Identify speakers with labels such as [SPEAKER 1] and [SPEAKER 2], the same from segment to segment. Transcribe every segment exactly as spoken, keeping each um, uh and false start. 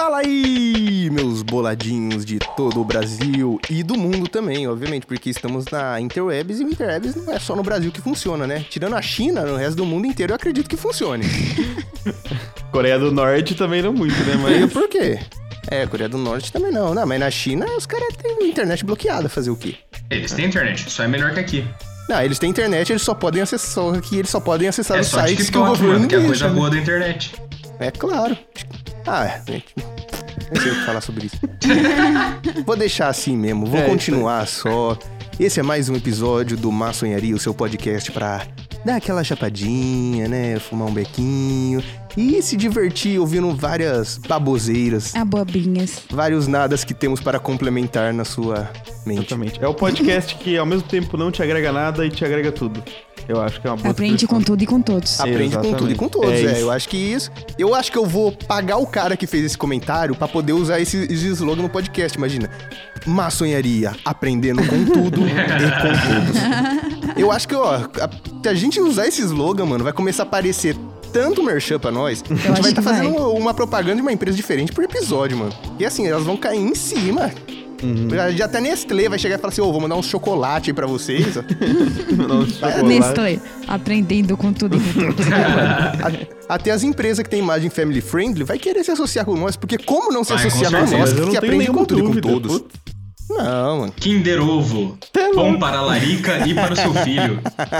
[SPEAKER 1] Fala aí, meus boladinhos de todo o Brasil e do mundo também, obviamente, porque estamos na Interwebs e o Interwebs não é só no Brasil que funciona, né? Tirando a China, no resto do mundo inteiro eu acredito que funcione.
[SPEAKER 2] Coreia do Norte também não muito, né?
[SPEAKER 1] E
[SPEAKER 2] Mas
[SPEAKER 1] por quê? É, Coreia do Norte também não. Não, mas na China os caras têm internet bloqueada, fazer o quê?
[SPEAKER 3] Eles têm internet, só é melhor que aqui.
[SPEAKER 1] Não, eles têm internet, eles só podem acessar aqui, eles só podem acessar
[SPEAKER 3] É
[SPEAKER 1] os
[SPEAKER 3] só
[SPEAKER 1] sites
[SPEAKER 3] TikTok,
[SPEAKER 1] que o governo
[SPEAKER 3] mano, que é a
[SPEAKER 1] deixa,
[SPEAKER 3] coisa
[SPEAKER 1] né?
[SPEAKER 3] boa da internet.
[SPEAKER 1] É claro. Ah, gente, não sei o que falar sobre isso. Vou deixar assim mesmo, vou
[SPEAKER 2] É,
[SPEAKER 1] continuar só. Esse é mais um episódio do Maçonharia, o seu podcast pra dar aquela chapadinha, né? Fumar um bequinho e se divertir ouvindo várias baboseiras,
[SPEAKER 4] Abobrinhas.
[SPEAKER 1] vários nadas que temos para complementar na sua mente.
[SPEAKER 2] exatamente. É o podcast que ao mesmo tempo não te agrega nada e te agrega tudo. Eu acho que é uma boa
[SPEAKER 4] Aprende com
[SPEAKER 2] descrição.
[SPEAKER 4] tudo e com todos.
[SPEAKER 1] Aprende com tudo e com todos,
[SPEAKER 2] É
[SPEAKER 1] é.
[SPEAKER 2] isso.
[SPEAKER 1] Eu acho que isso. Eu acho que eu vou pagar o cara que fez esse comentário pra poder usar esse, esse slogan no podcast. Imagina. Maçonharia, aprendendo com tudo e com todos. Eu acho que, ó, a, se a gente usar esse slogan, mano, vai começar a aparecer tanto merchan pra nós. A gente
[SPEAKER 4] acho
[SPEAKER 1] vai estar
[SPEAKER 4] que
[SPEAKER 1] fazendo
[SPEAKER 4] vai.
[SPEAKER 1] uma, uma propaganda de uma empresa diferente por episódio, mano. E assim, elas vão cair em cima.
[SPEAKER 2] Uhum.
[SPEAKER 1] Já, já até Nestlé vai chegar e falar assim: ô, vou mandar um chocolate aí pra vocês. ó.
[SPEAKER 2] Não, chocolate.
[SPEAKER 4] Nestlé, aprendendo com tudo e com todos.
[SPEAKER 1] A- Até as empresas que têm imagem family friendly vai querer se associar com nós, porque como não se
[SPEAKER 3] Vai, com
[SPEAKER 1] associar com,
[SPEAKER 3] certeza.
[SPEAKER 1] nós,
[SPEAKER 2] Mas eu não
[SPEAKER 1] que
[SPEAKER 2] tenho
[SPEAKER 1] aprende com
[SPEAKER 2] nenhuma
[SPEAKER 1] tudo e com
[SPEAKER 2] dúvida.
[SPEAKER 1] todos?
[SPEAKER 2] Putz.
[SPEAKER 1] Não, mano.
[SPEAKER 3] Kinder Ovo, pão para a larica e para o seu filho.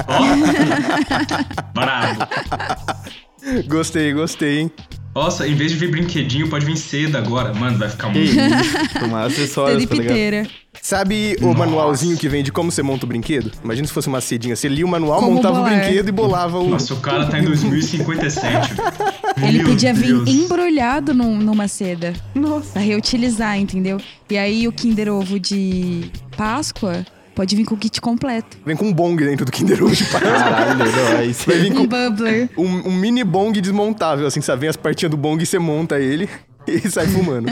[SPEAKER 3] Ó, bravo.
[SPEAKER 1] Gostei, gostei, hein?
[SPEAKER 3] Nossa, em vez de vir brinquedinho, pode vir seda agora. Mano, vai ficar
[SPEAKER 2] Que
[SPEAKER 3] muito...
[SPEAKER 2] isso, tomar acessórios, tá ligado?
[SPEAKER 4] Telipiteira.
[SPEAKER 1] Sabe o
[SPEAKER 3] Nossa.
[SPEAKER 1] manualzinho que vem de como você monta o brinquedo? Imagina se fosse uma cedinha. Você lia o manual,
[SPEAKER 4] Como
[SPEAKER 1] montava
[SPEAKER 4] bolar.
[SPEAKER 1] o brinquedo e bolava o...
[SPEAKER 3] Nossa, o cara tá em dois mil e cinquenta e sete.
[SPEAKER 4] Ele
[SPEAKER 3] Meu
[SPEAKER 4] podia vir
[SPEAKER 3] Deus.
[SPEAKER 4] embrulhado num- numa seda.
[SPEAKER 2] Nossa.
[SPEAKER 4] Pra reutilizar, entendeu? E aí o Kinder Ovo de Páscoa pode vir com o kit completo.
[SPEAKER 1] Vem com um bong dentro do Kinder Ovo de Páscoa.
[SPEAKER 2] Caralho, não, é isso.
[SPEAKER 1] Vai vir
[SPEAKER 4] Um
[SPEAKER 1] com
[SPEAKER 4] bubbler.
[SPEAKER 1] um, um mini bong desmontável, assim, sabe? Vem as partinhas do bong e você monta ele e sai fumando.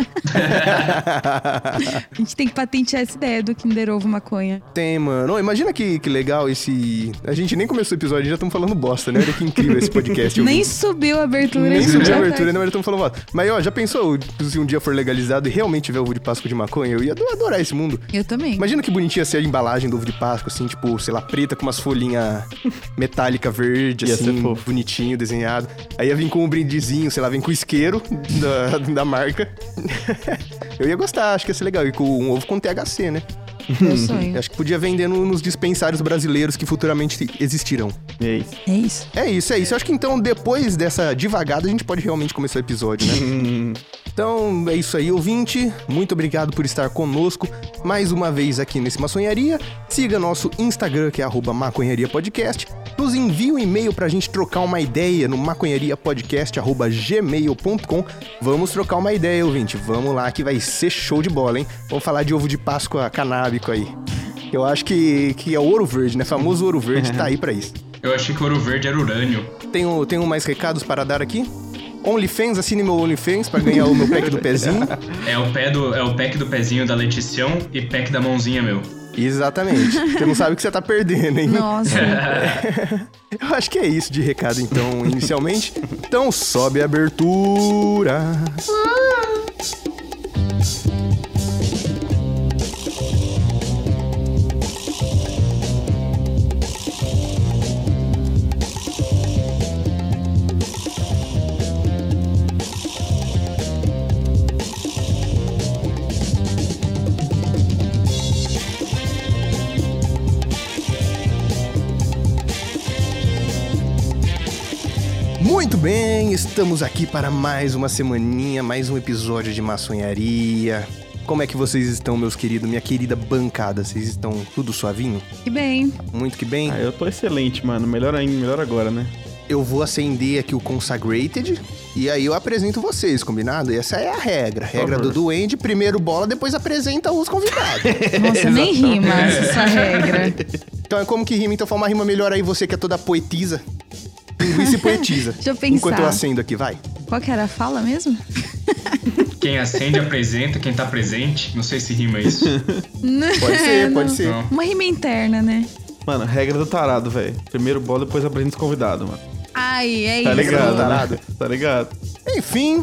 [SPEAKER 4] A gente tem que patentear essa ideia do Kinder Ovo maconha.
[SPEAKER 1] Tem, mano. Ô, imagina que, que legal esse... A gente nem começou o episódio, já estamos falando bosta, né? Olha que incrível esse podcast.
[SPEAKER 4] Nem
[SPEAKER 1] ouvinte.
[SPEAKER 4] subiu a abertura.
[SPEAKER 1] Nem
[SPEAKER 4] gente
[SPEAKER 1] subiu a
[SPEAKER 4] já tá-
[SPEAKER 1] abertura, não, mas estamos falando bosta. Mas, ó, já pensou se um dia for legalizado e realmente tiver ovo de Páscoa de maconha? Eu ia adorar esse mundo.
[SPEAKER 4] Eu também.
[SPEAKER 1] Imagina que bonitinha ser a embalagem do ovo de Páscoa, assim, tipo, sei lá, preta com umas folhinhas metálica verde,
[SPEAKER 2] Ia ser
[SPEAKER 1] assim,
[SPEAKER 2] fofo.
[SPEAKER 1] bonitinho, desenhado. Aí ia vir com um brindezinho, sei lá, vem com o isqueiro da, da marca. Eu ia gostar, acho que ia ser legal. E com um ovo com T H C, né?
[SPEAKER 4] Meu sonho.
[SPEAKER 1] Acho que podia vender no- nos dispensários brasileiros que futuramente existirão.
[SPEAKER 2] É isso.
[SPEAKER 4] É isso.
[SPEAKER 1] É isso, é isso. Eu acho que então, depois dessa divagada, a gente pode realmente começar o episódio, né?
[SPEAKER 2] Hum,
[SPEAKER 1] Então, é isso aí, ouvinte. Muito obrigado por estar conosco mais uma vez aqui nesse Maçonharia. Siga nosso Instagram, que é arroba Maconharia Podcast. Nos envie um e-mail pra gente trocar uma ideia no maconhariapodcast arroba gmail ponto com. Vamos trocar uma ideia, ouvinte. Vamos lá, que vai ser show de bola, hein? Vamos falar de ovo de Páscoa canábico aí. Eu acho que, que é o ouro verde, né? Famoso ouro verde, tá aí pra isso.
[SPEAKER 3] Eu achei que o ouro verde era urânio.
[SPEAKER 1] Tenho, tenho mais recados para dar aqui. OnlyFans, assine meu OnlyFans pra ganhar o meu pack do pezinho.
[SPEAKER 3] É o, pé do, é o pack do pezinho da Leticião e pack da mãozinha, meu.
[SPEAKER 1] Exatamente. Você não sabe o que você tá perdendo, hein?
[SPEAKER 4] Nossa.
[SPEAKER 1] Eu acho que é isso de recado, então, inicialmente. Então, sobe a abertura. Muito bem, estamos aqui para mais uma semaninha, mais um episódio de maçonharia. Como é que vocês estão, meus queridos, minha querida bancada? Vocês estão tudo suavinho?
[SPEAKER 4] Que bem.
[SPEAKER 1] Muito que bem.
[SPEAKER 2] ah, eu tô excelente, mano. Melhor ainda, melhor agora, né?
[SPEAKER 1] Eu vou acender aqui o Consecrated e aí eu apresento vocês, combinado? Essa é a regra. Regra do Duende, primeiro bola, depois apresenta os convidados.
[SPEAKER 4] Nossa, nem rima essa regra.
[SPEAKER 1] Então é como que rima? Então fala uma rima melhor aí, você que é toda poetisa. Linguiça e poetisa.
[SPEAKER 4] Deixa eu pensar.
[SPEAKER 1] Enquanto eu acendo aqui, vai.
[SPEAKER 4] Qual que era a fala mesmo?
[SPEAKER 3] Quem acende apresenta, quem tá presente. Não sei se rima isso.
[SPEAKER 1] Pode ser, pode ser.
[SPEAKER 3] Não.
[SPEAKER 4] Uma rima interna, né?
[SPEAKER 2] Mano, regra do tarado, velho. Primeiro bola, depois apresenta os convidados, mano.
[SPEAKER 4] Ai, é
[SPEAKER 2] Tá
[SPEAKER 4] isso.
[SPEAKER 2] ligado,
[SPEAKER 1] tarado.
[SPEAKER 2] né? Tá ligado?
[SPEAKER 1] Enfim,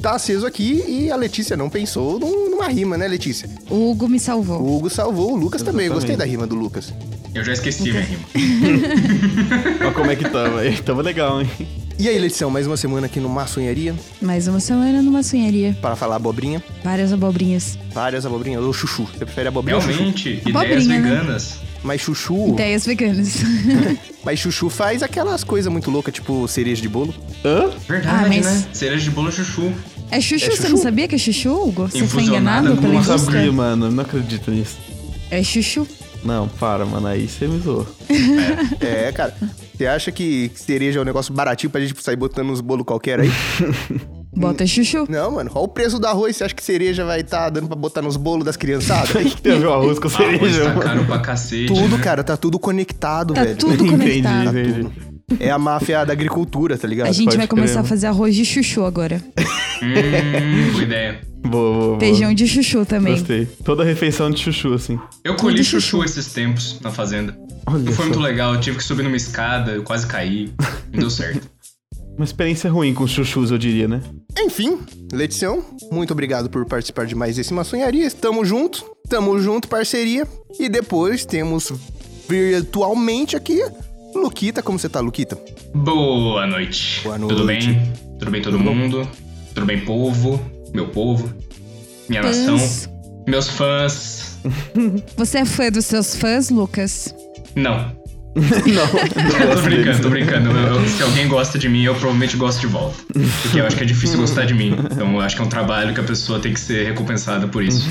[SPEAKER 1] tá aceso aqui e a Letícia não pensou num- numa rima, né, Letícia?
[SPEAKER 4] O Hugo me salvou.
[SPEAKER 1] O Hugo salvou, o Lucas também. Eu gostei
[SPEAKER 2] Exatamente.
[SPEAKER 1] da rima do Lucas.
[SPEAKER 3] Eu já esqueci minha rima.
[SPEAKER 2] Olha como é que tamo aí. Tamo legal, hein?
[SPEAKER 1] E aí, Letícia, mais uma semana aqui no Maçonharia
[SPEAKER 4] Mais uma semana numa sonharia.
[SPEAKER 1] para falar abobrinha.
[SPEAKER 4] Várias abobrinhas.
[SPEAKER 1] Várias abobrinhas. Ou chuchu. Você prefere abobrinha ou chuchu?
[SPEAKER 3] Realmente, ideias
[SPEAKER 4] Abobrinha, né?
[SPEAKER 3] veganas.
[SPEAKER 1] Mas chuchu...
[SPEAKER 4] Ideias veganas.
[SPEAKER 1] Mas chuchu faz aquelas coisas muito loucas, tipo cereja de bolo.
[SPEAKER 2] Hã?
[SPEAKER 3] Verdade,
[SPEAKER 4] Ah, mas-
[SPEAKER 3] né? Cereja de bolo chuchu.
[SPEAKER 4] É chuchu,
[SPEAKER 1] É
[SPEAKER 4] você
[SPEAKER 1] chuchu?
[SPEAKER 4] não sabia que é chuchu, Hugo? Você foi
[SPEAKER 3] Infusionada
[SPEAKER 4] enganado
[SPEAKER 3] com
[SPEAKER 4] pela
[SPEAKER 3] uma
[SPEAKER 2] Não
[SPEAKER 4] indústria?
[SPEAKER 2] sabia, mano. Não acredito nisso.
[SPEAKER 4] É chuchu.
[SPEAKER 2] Não, para, mano. Aí você me zoou.
[SPEAKER 1] É, cara. Você acha que cereja é um negócio baratinho pra gente sair botando uns bolos qualquer aí?
[SPEAKER 4] Bota chuchu.
[SPEAKER 1] Não, mano. Olha o preço do arroz. Você acha que cereja vai estar dando pra botar nos bolos das criançadas?
[SPEAKER 2] Tem a ver o arroz com
[SPEAKER 3] Arroz
[SPEAKER 2] cereja,
[SPEAKER 3] tá
[SPEAKER 2] mano.
[SPEAKER 3] caro pra cacete.
[SPEAKER 1] Tudo,
[SPEAKER 3] né?
[SPEAKER 1] cara. Tá tudo conectado,
[SPEAKER 4] Tá
[SPEAKER 1] velho.
[SPEAKER 4] tudo conectado.
[SPEAKER 2] Entendi, entendi.
[SPEAKER 1] É a máfia da agricultura, tá ligado?
[SPEAKER 4] A gente
[SPEAKER 2] pode
[SPEAKER 4] vai começar
[SPEAKER 2] crer,
[SPEAKER 4] a fazer arroz de chuchu agora.
[SPEAKER 3] Hum, boa ideia.
[SPEAKER 2] Boa, boa, boa.
[SPEAKER 4] Feijão de chuchu também.
[SPEAKER 2] Gostei. Toda refeição de chuchu, assim.
[SPEAKER 3] Eu colhi
[SPEAKER 4] Tudo
[SPEAKER 3] chuchu
[SPEAKER 4] chuchu.
[SPEAKER 3] esses tempos na fazenda.
[SPEAKER 2] Olha
[SPEAKER 3] Não foi
[SPEAKER 2] só.
[SPEAKER 3] muito legal, eu tive que subir numa escada, eu quase caí. Não deu certo.
[SPEAKER 2] Uma experiência ruim com os chuchus, eu diria, né?
[SPEAKER 1] Enfim, Letição, muito obrigado por participar de mais esse Maçonharia. Tamo junto, tamo junto, parceria. E depois temos virtualmente aqui Luquita. Como você tá, Luquita?
[SPEAKER 3] Boa noite.
[SPEAKER 1] Boa
[SPEAKER 3] Tudo
[SPEAKER 1] noite.
[SPEAKER 3] bem? Tudo bem todo mundo? Tudo bem, povo? Meu povo? Minha nação?
[SPEAKER 4] Fãs.
[SPEAKER 3] Meus fãs?
[SPEAKER 4] Você é fã dos seus fãs, Lucas?
[SPEAKER 3] Não.
[SPEAKER 2] Não,
[SPEAKER 3] tô brincando, tô brincando. Eu- eu- se alguém gosta de mim, eu provavelmente gosto de volta. Porque eu acho que é difícil gostar de mim. Então eu acho que é um trabalho que a pessoa tem que ser recompensada por isso.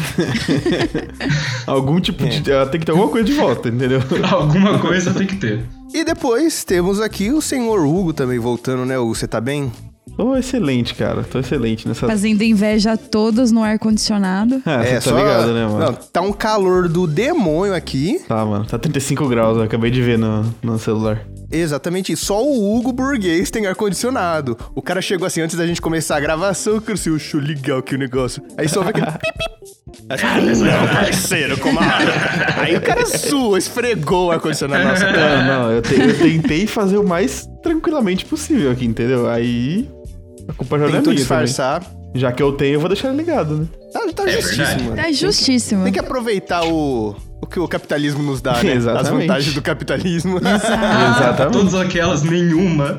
[SPEAKER 2] Algum tipo de... ela Tem que ter alguma coisa de volta, entendeu?
[SPEAKER 3] Alguma coisa tem que ter.
[SPEAKER 1] E depois temos aqui o senhor Hugo também voltando, né? Hugo, você tá bem?
[SPEAKER 2] Tô excelente, cara. Tô excelente nessa...
[SPEAKER 4] Fazendo inveja a todos no ar-condicionado.
[SPEAKER 2] É, você tá ligado, né, mano?
[SPEAKER 1] Não, tá um calor do demônio aqui.
[SPEAKER 2] Tá, mano. Tá trinta e cinco graus, eu acabei de ver no, no celular.
[SPEAKER 1] Exatamente, só o Hugo burguês tem ar-condicionado. O cara chegou assim, antes da gente começar a gravação, eu assim, achou legal aqui o negócio. Aí só vai aquele pip, pip. Não, parceiro, como a... Aí o cara sua, esfregou o ar-condicionado. Nossa,
[SPEAKER 2] Não, não, eu, te- eu tentei fazer o mais tranquilamente possível aqui, entendeu? Aí a culpa já não é
[SPEAKER 1] tentou
[SPEAKER 2] minha
[SPEAKER 1] disfarçar.
[SPEAKER 2] também. Já que eu tenho, eu vou deixar ele ligado, né?
[SPEAKER 1] Tá, tá
[SPEAKER 3] É
[SPEAKER 1] justíssimo,
[SPEAKER 3] verdade.
[SPEAKER 1] mano.
[SPEAKER 4] Tá justíssimo.
[SPEAKER 1] Tem que aproveitar o, o que o capitalismo nos dá, né? As
[SPEAKER 2] Exatamente.
[SPEAKER 1] vantagens do capitalismo.
[SPEAKER 2] Exatamente.
[SPEAKER 3] Todas aquelas, nenhuma.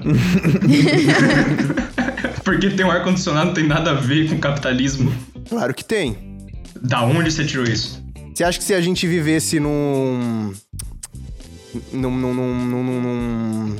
[SPEAKER 3] Porque ter um ar-condicionado não tem nada a ver com capitalismo.
[SPEAKER 1] Claro que tem.
[SPEAKER 3] Da onde você tirou isso?
[SPEAKER 1] Você acha que se a gente vivesse num... Num... Num... Num... Num... num...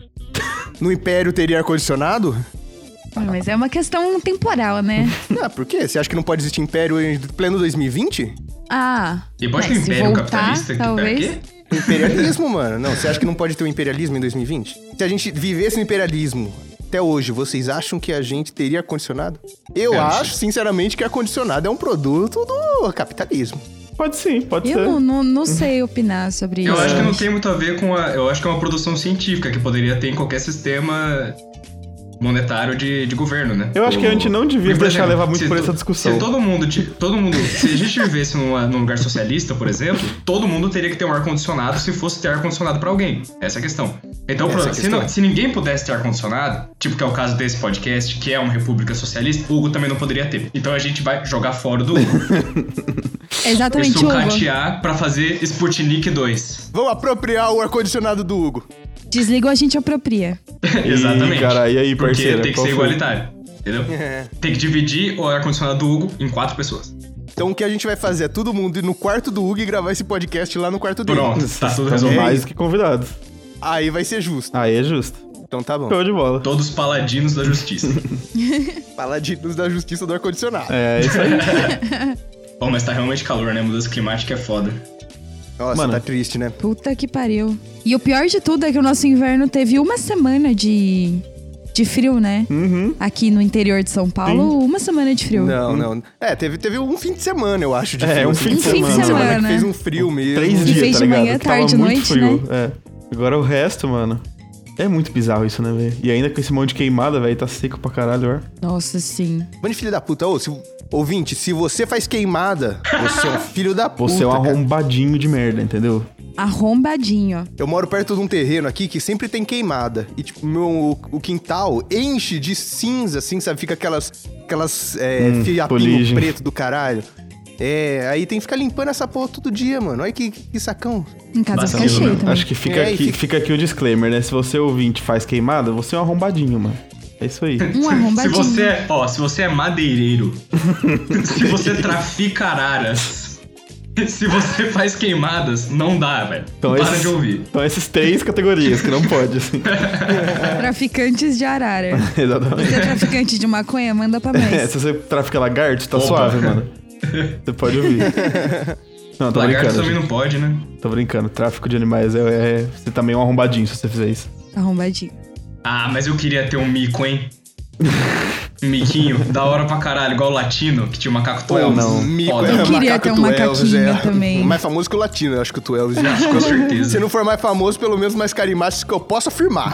[SPEAKER 1] num império teria ar-condicionado?
[SPEAKER 4] Ah, mas é uma questão temporal, né?
[SPEAKER 1] Ah, por quê? Você acha que não pode existir império em pleno dois mil e vinte?
[SPEAKER 4] Ah.
[SPEAKER 3] E pode
[SPEAKER 4] mas
[SPEAKER 3] ter um
[SPEAKER 4] se
[SPEAKER 3] império
[SPEAKER 4] voltar,
[SPEAKER 3] capitalista que
[SPEAKER 4] talvez.
[SPEAKER 3] pera quê?
[SPEAKER 1] Imperialismo, mano. Não, você acha que não pode ter um imperialismo em dois mil e vinte? Se a gente vivesse no imperialismo até hoje, vocês acham que a gente teria ar-condicionado? Eu
[SPEAKER 3] Eu
[SPEAKER 1] acho, sinceramente, que ar-condicionado é um produto do capitalismo.
[SPEAKER 2] Pode sim, pode
[SPEAKER 4] Eu
[SPEAKER 2] ser.
[SPEAKER 4] não, não, não sei opinar sobre
[SPEAKER 3] Eu
[SPEAKER 4] isso.
[SPEAKER 3] acho que não tem muito a ver com a... Eu acho que é uma produção científica que poderia ter em qualquer sistema monetário de, de governo, né?
[SPEAKER 2] Eu acho que a gente não devia
[SPEAKER 3] Porque, por
[SPEAKER 2] deixar
[SPEAKER 3] exemplo,
[SPEAKER 2] levar muito
[SPEAKER 3] se
[SPEAKER 2] por
[SPEAKER 3] to-
[SPEAKER 2] essa discussão.
[SPEAKER 3] Se todo mundo, ti- todo mundo, se a gente vivesse numa, num lugar socialista, por exemplo, todo mundo teria que ter um ar-condicionado se fosse ter ar-condicionado pra alguém. Essa é a questão. Então,
[SPEAKER 1] Essa
[SPEAKER 3] por-
[SPEAKER 1] é a
[SPEAKER 3] se,
[SPEAKER 1] questão.
[SPEAKER 3] não- se ninguém pudesse ter ar-condicionado, tipo que é o caso desse podcast, que é uma república socialista, o Hugo também não poderia ter. Então a gente vai jogar fora do Hugo.
[SPEAKER 4] Exatamente,
[SPEAKER 3] e
[SPEAKER 4] Hugo.
[SPEAKER 3] sucatear pra fazer Sputnik dois.
[SPEAKER 1] Vamos apropriar o ar-condicionado do Hugo.
[SPEAKER 4] Desliga ou a gente apropria.
[SPEAKER 3] Exatamente.
[SPEAKER 2] Ih, cara, e aí,
[SPEAKER 3] Porque
[SPEAKER 2] parceira,
[SPEAKER 3] tem que
[SPEAKER 2] qual
[SPEAKER 3] ser
[SPEAKER 2] foi?
[SPEAKER 3] igualitário. Entendeu?
[SPEAKER 1] É.
[SPEAKER 3] Tem que dividir o ar-condicionado do Hugo em quatro pessoas.
[SPEAKER 1] Então o que a gente vai fazer é todo mundo ir no quarto do Hugo e gravar esse podcast lá no quarto dele.
[SPEAKER 3] Pronto, tá tudo
[SPEAKER 2] Estamos
[SPEAKER 3] resolvido.
[SPEAKER 2] mais que convidados.
[SPEAKER 1] Aí vai ser justo.
[SPEAKER 2] Aí é justo.
[SPEAKER 1] Então tá bom.
[SPEAKER 2] Show de bola.
[SPEAKER 3] Todos paladinos da justiça.
[SPEAKER 1] Paladinos da justiça do ar-condicionado.
[SPEAKER 2] É, isso aí.
[SPEAKER 3] Bom, mas tá realmente calor, né? Mudança climática é foda.
[SPEAKER 1] Nossa,
[SPEAKER 2] Mano.
[SPEAKER 1] tá triste, né?
[SPEAKER 4] Puta que pariu. E o pior de tudo é que o nosso inverno teve uma semana de, de frio, né?
[SPEAKER 2] Uhum.
[SPEAKER 4] Aqui no interior de São Paulo, uma semana de frio.
[SPEAKER 1] Não, não. É, teve, teve um fim de semana, eu acho, de
[SPEAKER 2] É,
[SPEAKER 1] frio.
[SPEAKER 2] um
[SPEAKER 1] assim.
[SPEAKER 2] fim de
[SPEAKER 1] Foi
[SPEAKER 2] semana.
[SPEAKER 1] que
[SPEAKER 4] semana.
[SPEAKER 1] fez um frio mesmo.
[SPEAKER 2] Três
[SPEAKER 4] E
[SPEAKER 2] dias,
[SPEAKER 4] fez
[SPEAKER 2] tá
[SPEAKER 4] de
[SPEAKER 2] ligado?
[SPEAKER 4] manhã,
[SPEAKER 2] Que tava
[SPEAKER 4] tarde,
[SPEAKER 2] muito
[SPEAKER 4] noite,
[SPEAKER 2] frio. É. Agora o resto, mano. É muito bizarro isso, né, velho? E ainda com esse monte de queimada, velho, tá seco pra caralho, ó.
[SPEAKER 4] Nossa, sim.
[SPEAKER 1] Mano de filho da puta. Ô, se, ouvinte, se você faz queimada, você é um filho da puta.
[SPEAKER 2] Você é um
[SPEAKER 1] cara.
[SPEAKER 2] arrombadinho de merda, entendeu?
[SPEAKER 4] Arrombadinho.
[SPEAKER 1] Eu moro perto de um terreno aqui que sempre tem queimada. E, tipo, meu, o quintal enche de cinza, assim, sabe? Fica aquelas, aquelas é,
[SPEAKER 2] Hum,
[SPEAKER 1] fiapinho
[SPEAKER 2] fuligem.
[SPEAKER 1] preto do caralho. É, aí tem que ficar limpando essa porra todo dia, mano. Olha que, que sacão.
[SPEAKER 4] Em casa fica
[SPEAKER 3] Vacilo,
[SPEAKER 4] cheio
[SPEAKER 3] né?
[SPEAKER 4] também.
[SPEAKER 2] Acho que fica,
[SPEAKER 1] É, e
[SPEAKER 2] aqui,
[SPEAKER 1] fica-
[SPEAKER 2] fica aqui o disclaimer, né? Se você ouvinte faz queimada, você é um arrombadinho, mano. É isso aí.
[SPEAKER 4] Um
[SPEAKER 3] Se
[SPEAKER 4] arrombadinho.
[SPEAKER 3] você é, ó, se você é madeireiro, se você trafica araras, se você faz queimadas, não dá, velho.
[SPEAKER 2] Então,
[SPEAKER 3] Para
[SPEAKER 2] esses,
[SPEAKER 3] de ouvir.
[SPEAKER 2] então essas três categorias que não pode, assim.
[SPEAKER 4] Traficantes de arara.
[SPEAKER 2] Exatamente.
[SPEAKER 4] Você é traficante de maconha, manda pra nós.
[SPEAKER 2] É, se você trafica lagarto, tá
[SPEAKER 3] Opa.
[SPEAKER 2] suave, mano. Você pode ouvir. Não, tô
[SPEAKER 3] Lagarto
[SPEAKER 2] brincando.
[SPEAKER 3] também não pode, né?
[SPEAKER 2] Tô brincando. Tráfico de animais é, é... Você também é um arrombadinho se você fizer isso.
[SPEAKER 4] Arrombadinho.
[SPEAKER 3] Ah, mas eu queria ter um mico, hein? Um miquinho, da hora pra caralho, igual o latino, que tinha o macaco Twelves.
[SPEAKER 2] não.
[SPEAKER 1] Mico
[SPEAKER 3] Foda.
[SPEAKER 1] é
[SPEAKER 4] Eu queria
[SPEAKER 1] macaco
[SPEAKER 4] ter um
[SPEAKER 1] Twelves,
[SPEAKER 4] macaquinho
[SPEAKER 1] é.
[SPEAKER 4] também.
[SPEAKER 1] Mais famoso que o latino, eu acho que o Twelves já.
[SPEAKER 3] Com certeza.
[SPEAKER 1] Se não for mais famoso, pelo menos mais carismático que eu posso afirmar.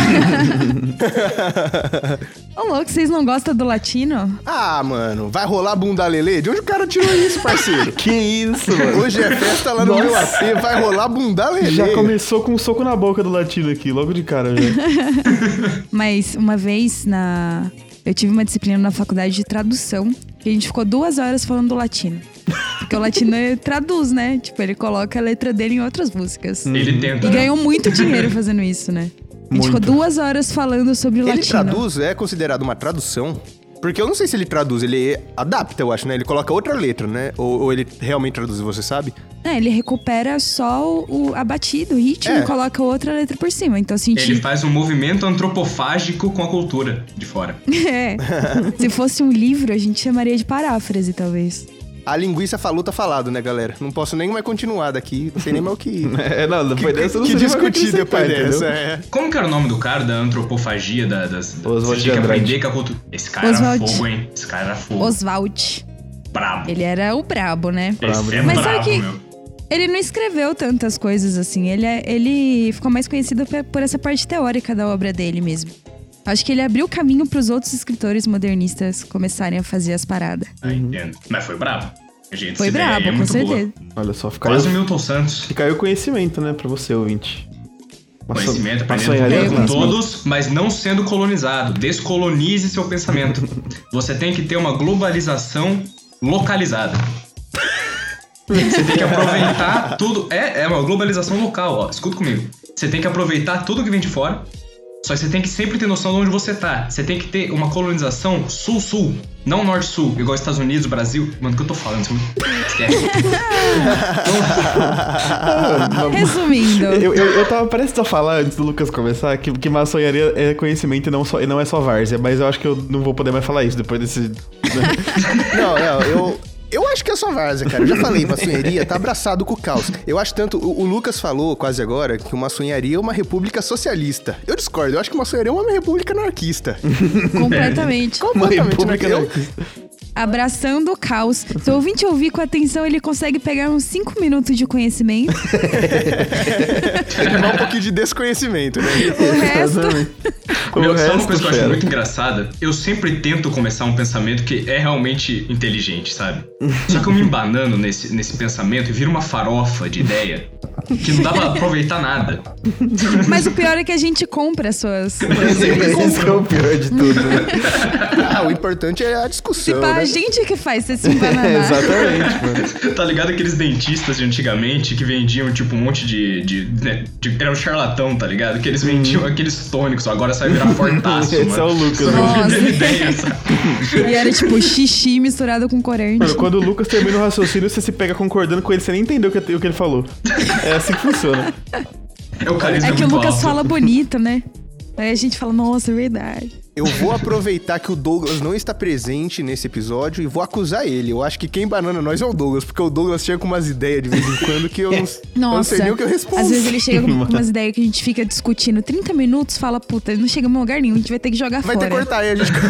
[SPEAKER 4] Ô, louco, vocês não gostam do latino?
[SPEAKER 1] Ah, mano, vai rolar bunda lelê? De onde o cara tirou isso, parceiro?
[SPEAKER 2] Que isso, mano.
[SPEAKER 1] Hoje é festa lá no meu A P, vai rolar bunda lelê.
[SPEAKER 2] Já começou com um soco na boca do latino aqui, logo de cara já.
[SPEAKER 4] Mas uma vez na... eu tive uma disciplina na faculdade de tradução que a gente ficou duas horas falando do latino. Porque o latino ele traduz, né? Tipo, ele coloca a letra dele em outras músicas.
[SPEAKER 3] Ele tenta.
[SPEAKER 4] E ganhou muito dinheiro fazendo isso, né? A gente ficou
[SPEAKER 2] Muito.
[SPEAKER 4] duas horas falando sobre o
[SPEAKER 1] Ele
[SPEAKER 4] latino.
[SPEAKER 1] traduz, é considerado uma tradução? Porque eu não sei se ele traduz, ele adapta, eu acho, né? Ele coloca outra letra, né? Ou, ou ele realmente traduz, você sabe?
[SPEAKER 4] É, ele recupera só o, a batida, o ritmo
[SPEAKER 1] É.
[SPEAKER 4] e coloca outra letra por cima. Então, assim, a
[SPEAKER 3] Ele
[SPEAKER 4] gente...
[SPEAKER 3] faz um movimento antropofágico com a cultura de fora.
[SPEAKER 4] É. Se fosse um livro, a gente chamaria de paráfrase, talvez.
[SPEAKER 1] A linguiça falou, tá falado, né, galera? Não posso nem mais continuar daqui, não sei nem mais o que...
[SPEAKER 2] É, não, depois dessa eu não
[SPEAKER 1] que
[SPEAKER 2] sei nem mais o
[SPEAKER 1] discutir
[SPEAKER 2] acrescentar,
[SPEAKER 1] depois dessa,
[SPEAKER 2] entendeu?
[SPEAKER 1] é.
[SPEAKER 3] Como que era o nome do cara da antropofagia da, das... da-
[SPEAKER 2] Oswald
[SPEAKER 3] você
[SPEAKER 2] de
[SPEAKER 3] tinha que
[SPEAKER 2] Andrade.
[SPEAKER 3] aprender com a cultura. Esse cara
[SPEAKER 4] Oswald.
[SPEAKER 3] era fogo, hein? Esse cara era fogo.
[SPEAKER 4] Oswald.
[SPEAKER 3] Brabo.
[SPEAKER 4] Ele era o brabo, né?
[SPEAKER 3] Esse é
[SPEAKER 4] Mas sabe
[SPEAKER 3] brabo,
[SPEAKER 4] que-
[SPEAKER 3] meu.
[SPEAKER 4] Ele não escreveu tantas coisas assim. Ele, é- ele ficou mais conhecido pe- por essa parte teórica da obra dele mesmo. Acho que ele abriu o caminho para os outros escritores modernistas começarem a fazer as paradas.
[SPEAKER 3] Ah, entendo. Mas foi brabo. A gente
[SPEAKER 4] Foi
[SPEAKER 3] essa ideia aí
[SPEAKER 4] brabo,
[SPEAKER 3] é
[SPEAKER 4] com
[SPEAKER 3] muito boa.
[SPEAKER 4] certeza.
[SPEAKER 2] Olha só, fica
[SPEAKER 3] Quase o
[SPEAKER 2] aí,
[SPEAKER 3] Milton Santos.
[SPEAKER 2] fica aí o conhecimento, né, pra você, ouvinte. Maço-
[SPEAKER 3] Conhecimento, aprendendo
[SPEAKER 2] maçonharia
[SPEAKER 3] com
[SPEAKER 4] com
[SPEAKER 3] todos, mas não sendo colonizado. Descolonize seu pensamento. Você tem que ter uma globalização localizada. Você tem que aproveitar tudo. É, é uma globalização local, ó. Escuta comigo. Você tem que aproveitar tudo que vem de fora. Só que você tem que sempre ter noção de onde você tá. Você tem que ter uma colonização sul-sul, não norte-sul, igual Estados Unidos, Brasil. Mano, o que eu tô falando? Você não- Esquece.
[SPEAKER 4] Resumindo,
[SPEAKER 2] Eu, eu, eu tava prestes a falar, antes do Lucas começar, que, que maçonharia é conhecimento e não, só, e não é só várzea, mas eu acho que eu não vou poder mais falar isso depois desse...
[SPEAKER 1] Não, não, eu... Eu acho que é só várzea, cara. Eu já falei, maçonharia tá abraçado com o caos. Eu acho tanto... O, o Lucas falou quase agora que o maçonharia é uma república socialista. Eu discordo. Eu acho que o maçonharia é uma república anarquista.
[SPEAKER 4] completamente.
[SPEAKER 2] Uma
[SPEAKER 1] Completamente
[SPEAKER 2] república
[SPEAKER 1] anarquista.
[SPEAKER 2] anarquista.
[SPEAKER 4] Abraçando o caos. Se o ouvinte ouvir com atenção, ele consegue pegar uns cinco minutos de conhecimento.
[SPEAKER 1] Levar um pouquinho de desconhecimento, né?
[SPEAKER 4] O resto...
[SPEAKER 2] O
[SPEAKER 3] Meu, sabe uma
[SPEAKER 2] resto,
[SPEAKER 3] coisa que eu acho
[SPEAKER 2] fera.
[SPEAKER 3] muito engraçada? Eu sempre tento começar um pensamento que é realmente inteligente, sabe? Só que eu me embanando nesse, nesse pensamento e vira uma farofa de ideia que não dá pra aproveitar nada.
[SPEAKER 4] Mas o pior é que a gente compra as suas...
[SPEAKER 2] Esse é o pior de tudo, né?
[SPEAKER 1] Ah, o importante é a discussão,
[SPEAKER 4] Tipo, a
[SPEAKER 1] né?
[SPEAKER 4] gente que faz você se embananar.
[SPEAKER 2] É, exatamente, mano.
[SPEAKER 3] Tá ligado aqueles dentistas de antigamente que vendiam, tipo, um monte de... de, né, de era um charlatão, tá ligado? Que eles vendiam aqueles tônicos, agora sai virar fortaço,
[SPEAKER 2] Esse
[SPEAKER 3] mano.
[SPEAKER 2] é o Lucas,
[SPEAKER 3] Você
[SPEAKER 2] né?
[SPEAKER 3] não
[SPEAKER 4] Nossa.
[SPEAKER 3] tem ideia, sabe?
[SPEAKER 4] E era tipo xixi misturado com corante.
[SPEAKER 2] Mano, quando o Lucas termina o raciocínio, você se pega concordando com ele, você nem entendeu o que, o que ele falou. É assim que funciona.
[SPEAKER 3] É o carisma
[SPEAKER 4] É que o
[SPEAKER 3] muito
[SPEAKER 4] Lucas
[SPEAKER 3] alto.
[SPEAKER 4] fala bonito, né? Aí a gente fala, nossa, é verdade.
[SPEAKER 1] Eu vou aproveitar que o Douglas não está presente nesse episódio e vou acusar ele. Eu acho que quem banana nós é o Douglas, porque o Douglas chega com umas ideias de vez em quando que eu não, eu não
[SPEAKER 4] Nossa.
[SPEAKER 1] sei nem o que eu respondo.
[SPEAKER 4] Às vezes ele chega com umas ideias que a gente fica discutindo trinta minutos, fala, puta, não chegamos em lugar nenhum, a gente vai ter que jogar
[SPEAKER 1] Vai
[SPEAKER 4] fora.
[SPEAKER 1] ter que cortar aí, a gente...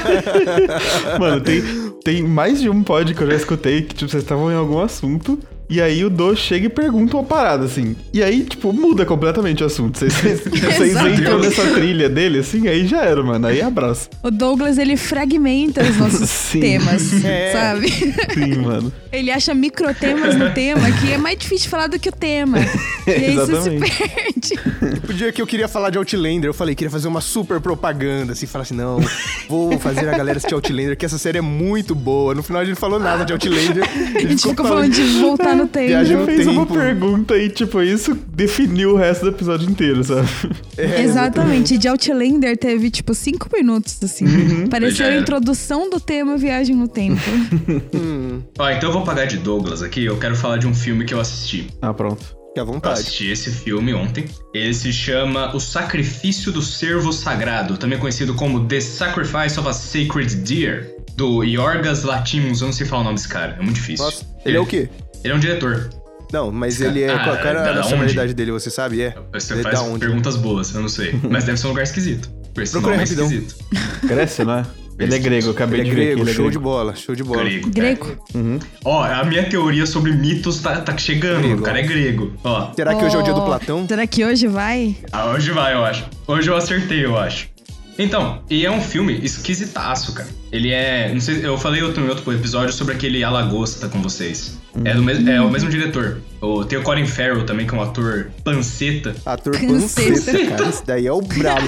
[SPEAKER 2] Mano, tem, tem mais de um pod que eu já escutei que, tipo, vocês estavam em algum assunto E aí o Do chega e pergunta uma parada, assim. E aí, tipo, muda completamente o assunto. Vocês, vocês, vocês entram nessa trilha dele, assim, aí já era, mano. Aí abraço.
[SPEAKER 4] O Douglas, ele fragmenta os nossos
[SPEAKER 2] Sim.
[SPEAKER 4] temas,
[SPEAKER 1] É.
[SPEAKER 4] sabe?
[SPEAKER 2] Sim, mano.
[SPEAKER 4] Ele acha microtemas no tema que é mais difícil de falar do que o tema. E aí você se
[SPEAKER 2] Exatamente.
[SPEAKER 4] perde.
[SPEAKER 1] O dia que eu queria falar de Outlander, eu falei, queria fazer uma super propaganda, assim, falar assim, não, vou fazer a galera assistir Outlander, que essa série é muito boa. No final a gente falou nada de Outlander.
[SPEAKER 4] A gente ficou falando de voltar no tempo.
[SPEAKER 1] Viagem
[SPEAKER 2] Ele
[SPEAKER 1] no
[SPEAKER 2] fez uma
[SPEAKER 1] tempo.
[SPEAKER 2] pergunta e, tipo, isso definiu o resto do episódio inteiro, sabe?
[SPEAKER 1] É,
[SPEAKER 4] Exatamente. De Outlander teve, tipo, cinco minutos, assim. Pareceu
[SPEAKER 3] Já
[SPEAKER 4] a
[SPEAKER 3] era.
[SPEAKER 4] introdução do tema Viagem no Tempo.
[SPEAKER 3] Ó, então eu vou pagar de Douglas aqui. Eu quero falar de um filme que eu assisti.
[SPEAKER 2] Ah, pronto.
[SPEAKER 1] Fique à
[SPEAKER 3] Eu
[SPEAKER 1] vontade.
[SPEAKER 3] assisti esse filme ontem. Ele se chama O Sacrifício do Cervo Sagrado, também conhecido como The Sacrifice of a Sacred Deer, do Yorgos Lanthimos. Eu não sei falar o nome desse cara, é muito difícil.
[SPEAKER 1] Nossa, ele é o quê?
[SPEAKER 3] Ele é um diretor.
[SPEAKER 1] Não, mas
[SPEAKER 3] Esse
[SPEAKER 1] ele é...
[SPEAKER 3] cara-
[SPEAKER 1] Qual qual
[SPEAKER 3] Ah,
[SPEAKER 1] era
[SPEAKER 3] da
[SPEAKER 1] a nacionalidade
[SPEAKER 3] onde?
[SPEAKER 1] dele, você sabe? É.
[SPEAKER 3] Você
[SPEAKER 1] Ele é
[SPEAKER 3] faz
[SPEAKER 1] da onde?
[SPEAKER 3] perguntas boas, eu não sei. Mas deve ser um lugar esquisito. Por esse
[SPEAKER 1] Procura
[SPEAKER 3] nome é
[SPEAKER 1] rapidão.
[SPEAKER 3] esquisito.
[SPEAKER 2] Grécia, não é? Ele é grego, eu acabei
[SPEAKER 1] Ele é
[SPEAKER 2] de ver
[SPEAKER 1] grego,
[SPEAKER 2] que ele é
[SPEAKER 1] show
[SPEAKER 2] grego.
[SPEAKER 1] de bola, show de bola.
[SPEAKER 3] Grego.
[SPEAKER 4] Greco.
[SPEAKER 3] Ó, a minha teoria sobre mitos tá, tá chegando.
[SPEAKER 1] Grego.
[SPEAKER 3] O cara é grego. Ó,
[SPEAKER 1] Será que hoje é o dia do
[SPEAKER 4] Oh,
[SPEAKER 1] Platão?
[SPEAKER 4] Será que hoje vai?
[SPEAKER 3] ah, hoje vai, eu acho. Hoje eu acertei, eu acho. Então, e é um filme esquisitaço, cara. Ele é... Não sei, eu falei outro, em outro episódio sobre aquele A Lagosta com vocês. É, do mes, é o mesmo diretor. O, tem o Colin Farrell também, que é um ator panceta.
[SPEAKER 1] Ator
[SPEAKER 4] Canseta.
[SPEAKER 1] panceta, cara. Esse daí é o brabo.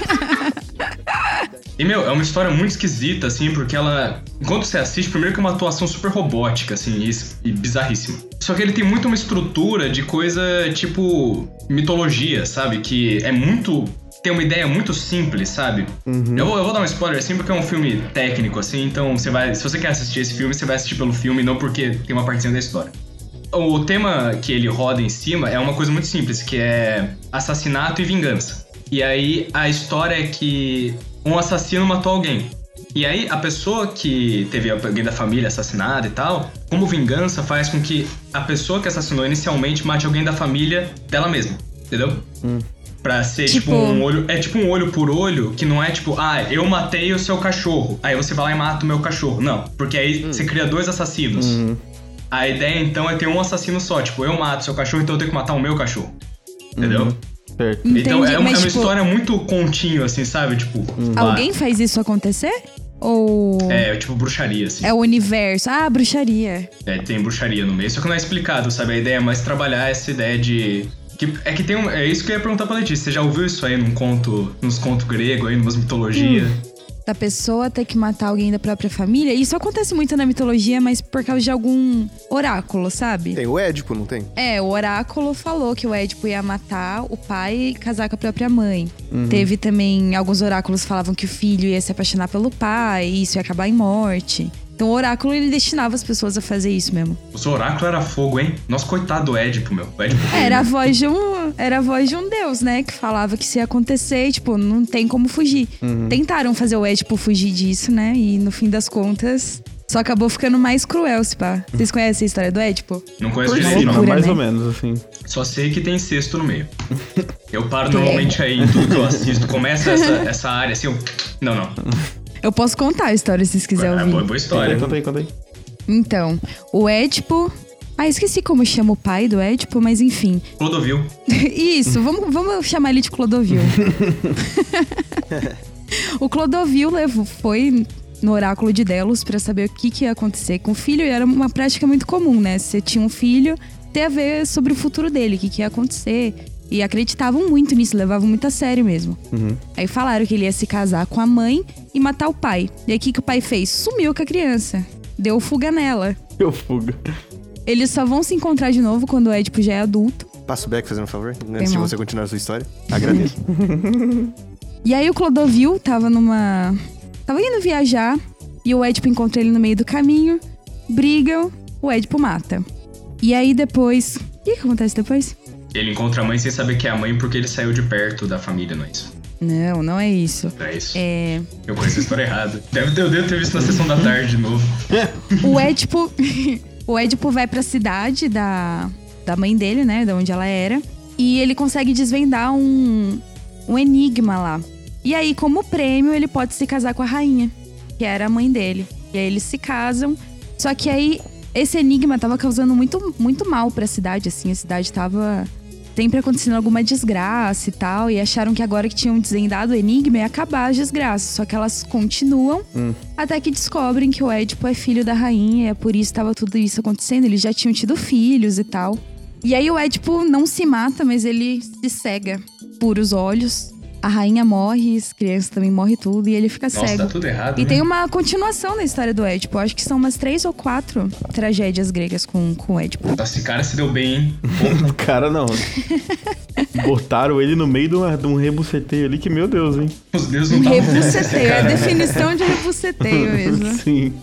[SPEAKER 3] E, meu, é uma história muito esquisita, assim, porque ela... Enquanto você assiste, primeiro que é uma atuação super robótica, assim, e, e bizarríssima. Só que ele tem muito uma estrutura de coisa, tipo, mitologia, sabe? Que é muito... Tem uma ideia muito simples, sabe? Eu, vou, eu vou dar um spoiler, assim, porque é um filme técnico, assim, então você vai... Se você quer assistir esse filme, você vai assistir pelo filme, não porque tem uma partezinha da história. O tema que ele roda em cima é uma coisa muito simples, que é assassinato e vingança. E aí, a história é que um assassino matou alguém. E aí, a pessoa que teve alguém da família assassinado e tal, como vingança, faz com que a pessoa que assassinou inicialmente mate alguém da família dela mesma. Entendeu?
[SPEAKER 2] Hum.
[SPEAKER 3] Pra ser tipo,
[SPEAKER 4] Tipo-
[SPEAKER 3] um olho... É tipo um olho por olho, que não é tipo... Ah, eu matei o seu cachorro. Aí você vai lá e mata o meu cachorro. Não, porque aí você cria dois assassinos.
[SPEAKER 2] Uhum.
[SPEAKER 3] A ideia, então, é ter um assassino só. Tipo, eu mato o seu cachorro, então eu tenho que matar o meu cachorro. Entendeu?
[SPEAKER 2] Uhum. Certo.
[SPEAKER 4] Entendi,
[SPEAKER 3] Então é uma,
[SPEAKER 4] mas
[SPEAKER 3] é uma
[SPEAKER 4] tipo,
[SPEAKER 3] história muito contínuo, assim, sabe? Tipo, lá.
[SPEAKER 4] alguém faz isso acontecer? Ou
[SPEAKER 3] É, tipo bruxaria, assim.
[SPEAKER 4] é o universo? Ah, bruxaria.
[SPEAKER 3] É, tem bruxaria no meio. Só que não é explicado, sabe? A ideia é mais trabalhar essa ideia de... Que, é que tem um... É isso que eu ia perguntar pra Letícia. Você já ouviu isso aí num conto... Nos contos gregos aí, numas mitologias?
[SPEAKER 4] Da pessoa ter que matar alguém da própria família. Isso acontece muito na mitologia, mas por causa de algum oráculo, sabe?
[SPEAKER 1] Tem o Édipo, não tem?
[SPEAKER 4] É, o oráculo falou que o Édipo ia matar o pai e casar com a própria mãe. Teve também, alguns oráculos que falavam que o filho ia se apaixonar pelo pai e isso ia acabar em morte. Então o oráculo, ele destinava as pessoas a fazer isso mesmo.
[SPEAKER 3] O seu oráculo era fogo, hein? Nossa, coitado do Édipo, meu. O Édipo...
[SPEAKER 4] Era a voz de um, era a voz de um deus, né? Que falava que isso ia acontecer e, tipo, não tem como fugir. Tentaram fazer o Édipo fugir disso, né? E no fim das contas, só acabou ficando mais cruel, se pá. Vocês conhecem a história do Édipo?
[SPEAKER 3] Não conheço
[SPEAKER 2] Por
[SPEAKER 3] direito,
[SPEAKER 2] cima,
[SPEAKER 3] não.
[SPEAKER 4] loucura,
[SPEAKER 2] mais
[SPEAKER 4] né?
[SPEAKER 2] ou menos, assim.
[SPEAKER 3] Só sei que tem cesto no meio. Eu paro normalmente aí em tudo que eu assisto. Começa essa, essa área assim, eu... Não, não.
[SPEAKER 4] Eu posso contar a história se vocês quiserem
[SPEAKER 3] É
[SPEAKER 4] ouvir.
[SPEAKER 3] boa, boa história.
[SPEAKER 2] Conta aí, conta aí.
[SPEAKER 4] Então, o Édipo... Ah, esqueci como chama o pai do Édipo, mas enfim.
[SPEAKER 3] Clodovil.
[SPEAKER 4] Isso, vamos, vamos chamar ele de Clodovil. O Clodovil levou, foi no oráculo de Delos pra saber o que, que ia acontecer com o filho. E era uma prática muito comum, né? Se você tinha um filho, ter a ver sobre o futuro dele, o que, que ia acontecer. E acreditavam muito nisso, levavam muito a sério mesmo.
[SPEAKER 2] Uhum.
[SPEAKER 4] Aí falaram que ele ia se casar com a mãe e matar o pai. E aí o que, que o pai fez? Sumiu com a criança. Deu fuga nela.
[SPEAKER 2] Eu fuga.
[SPEAKER 4] Eles só vão se encontrar de novo quando o Édipo já é adulto.
[SPEAKER 1] Passa o back fazendo um favor, antes de
[SPEAKER 4] mal.
[SPEAKER 1] você continuar a sua história. Agradeço.
[SPEAKER 4] E aí o Clodovil tava numa... Tava indo viajar e o Édipo encontra ele no meio do caminho. Brigam, o Édipo mata. E aí depois... O que, que acontece depois?
[SPEAKER 3] Ele encontra a mãe sem saber que é a mãe porque ele saiu de perto da família, não é isso?
[SPEAKER 4] Não, não é isso.
[SPEAKER 3] Não é isso.
[SPEAKER 4] É...
[SPEAKER 3] Eu conheço a história errada. Deve ter, eu devo ter visto na sessão da tarde de novo.
[SPEAKER 4] O Édipo... o Édipo vai pra cidade da, da mãe dele, né? Da onde ela era. E ele consegue desvendar um, um enigma lá. E aí, como prêmio, ele pode se casar com a rainha, que era a mãe dele. E aí eles se casam. Só que aí, esse enigma tava causando muito, muito mal pra cidade, assim. A cidade tava sempre acontecendo alguma desgraça e tal. E acharam que agora que tinham desvendado o enigma ia acabar as desgraças. Só que elas continuam hum. até que descobrem que o Édipo é filho da rainha. E é por isso que tava tudo isso acontecendo. Eles já tinham tido filhos e tal. E aí o Édipo não se mata, mas ele se cega por os olhos. A rainha morre, as crianças também morrem tudo e ele fica
[SPEAKER 3] Nossa,
[SPEAKER 4] cego.
[SPEAKER 3] Tá tudo errado,
[SPEAKER 4] e
[SPEAKER 3] né?
[SPEAKER 4] tem uma continuação na história do Édipo. Acho que são umas três ou quatro tragédias gregas com, com o Édipo.
[SPEAKER 3] Nossa, esse cara se deu bem, hein?
[SPEAKER 2] O cara não. Botaram ele no meio de, uma, de um rebuceteio ali que, meu Deus, hein?
[SPEAKER 3] Os deuses não
[SPEAKER 4] Um
[SPEAKER 3] estavam
[SPEAKER 4] rebuceteio, é a definição de rebuceteio mesmo.
[SPEAKER 2] Sim.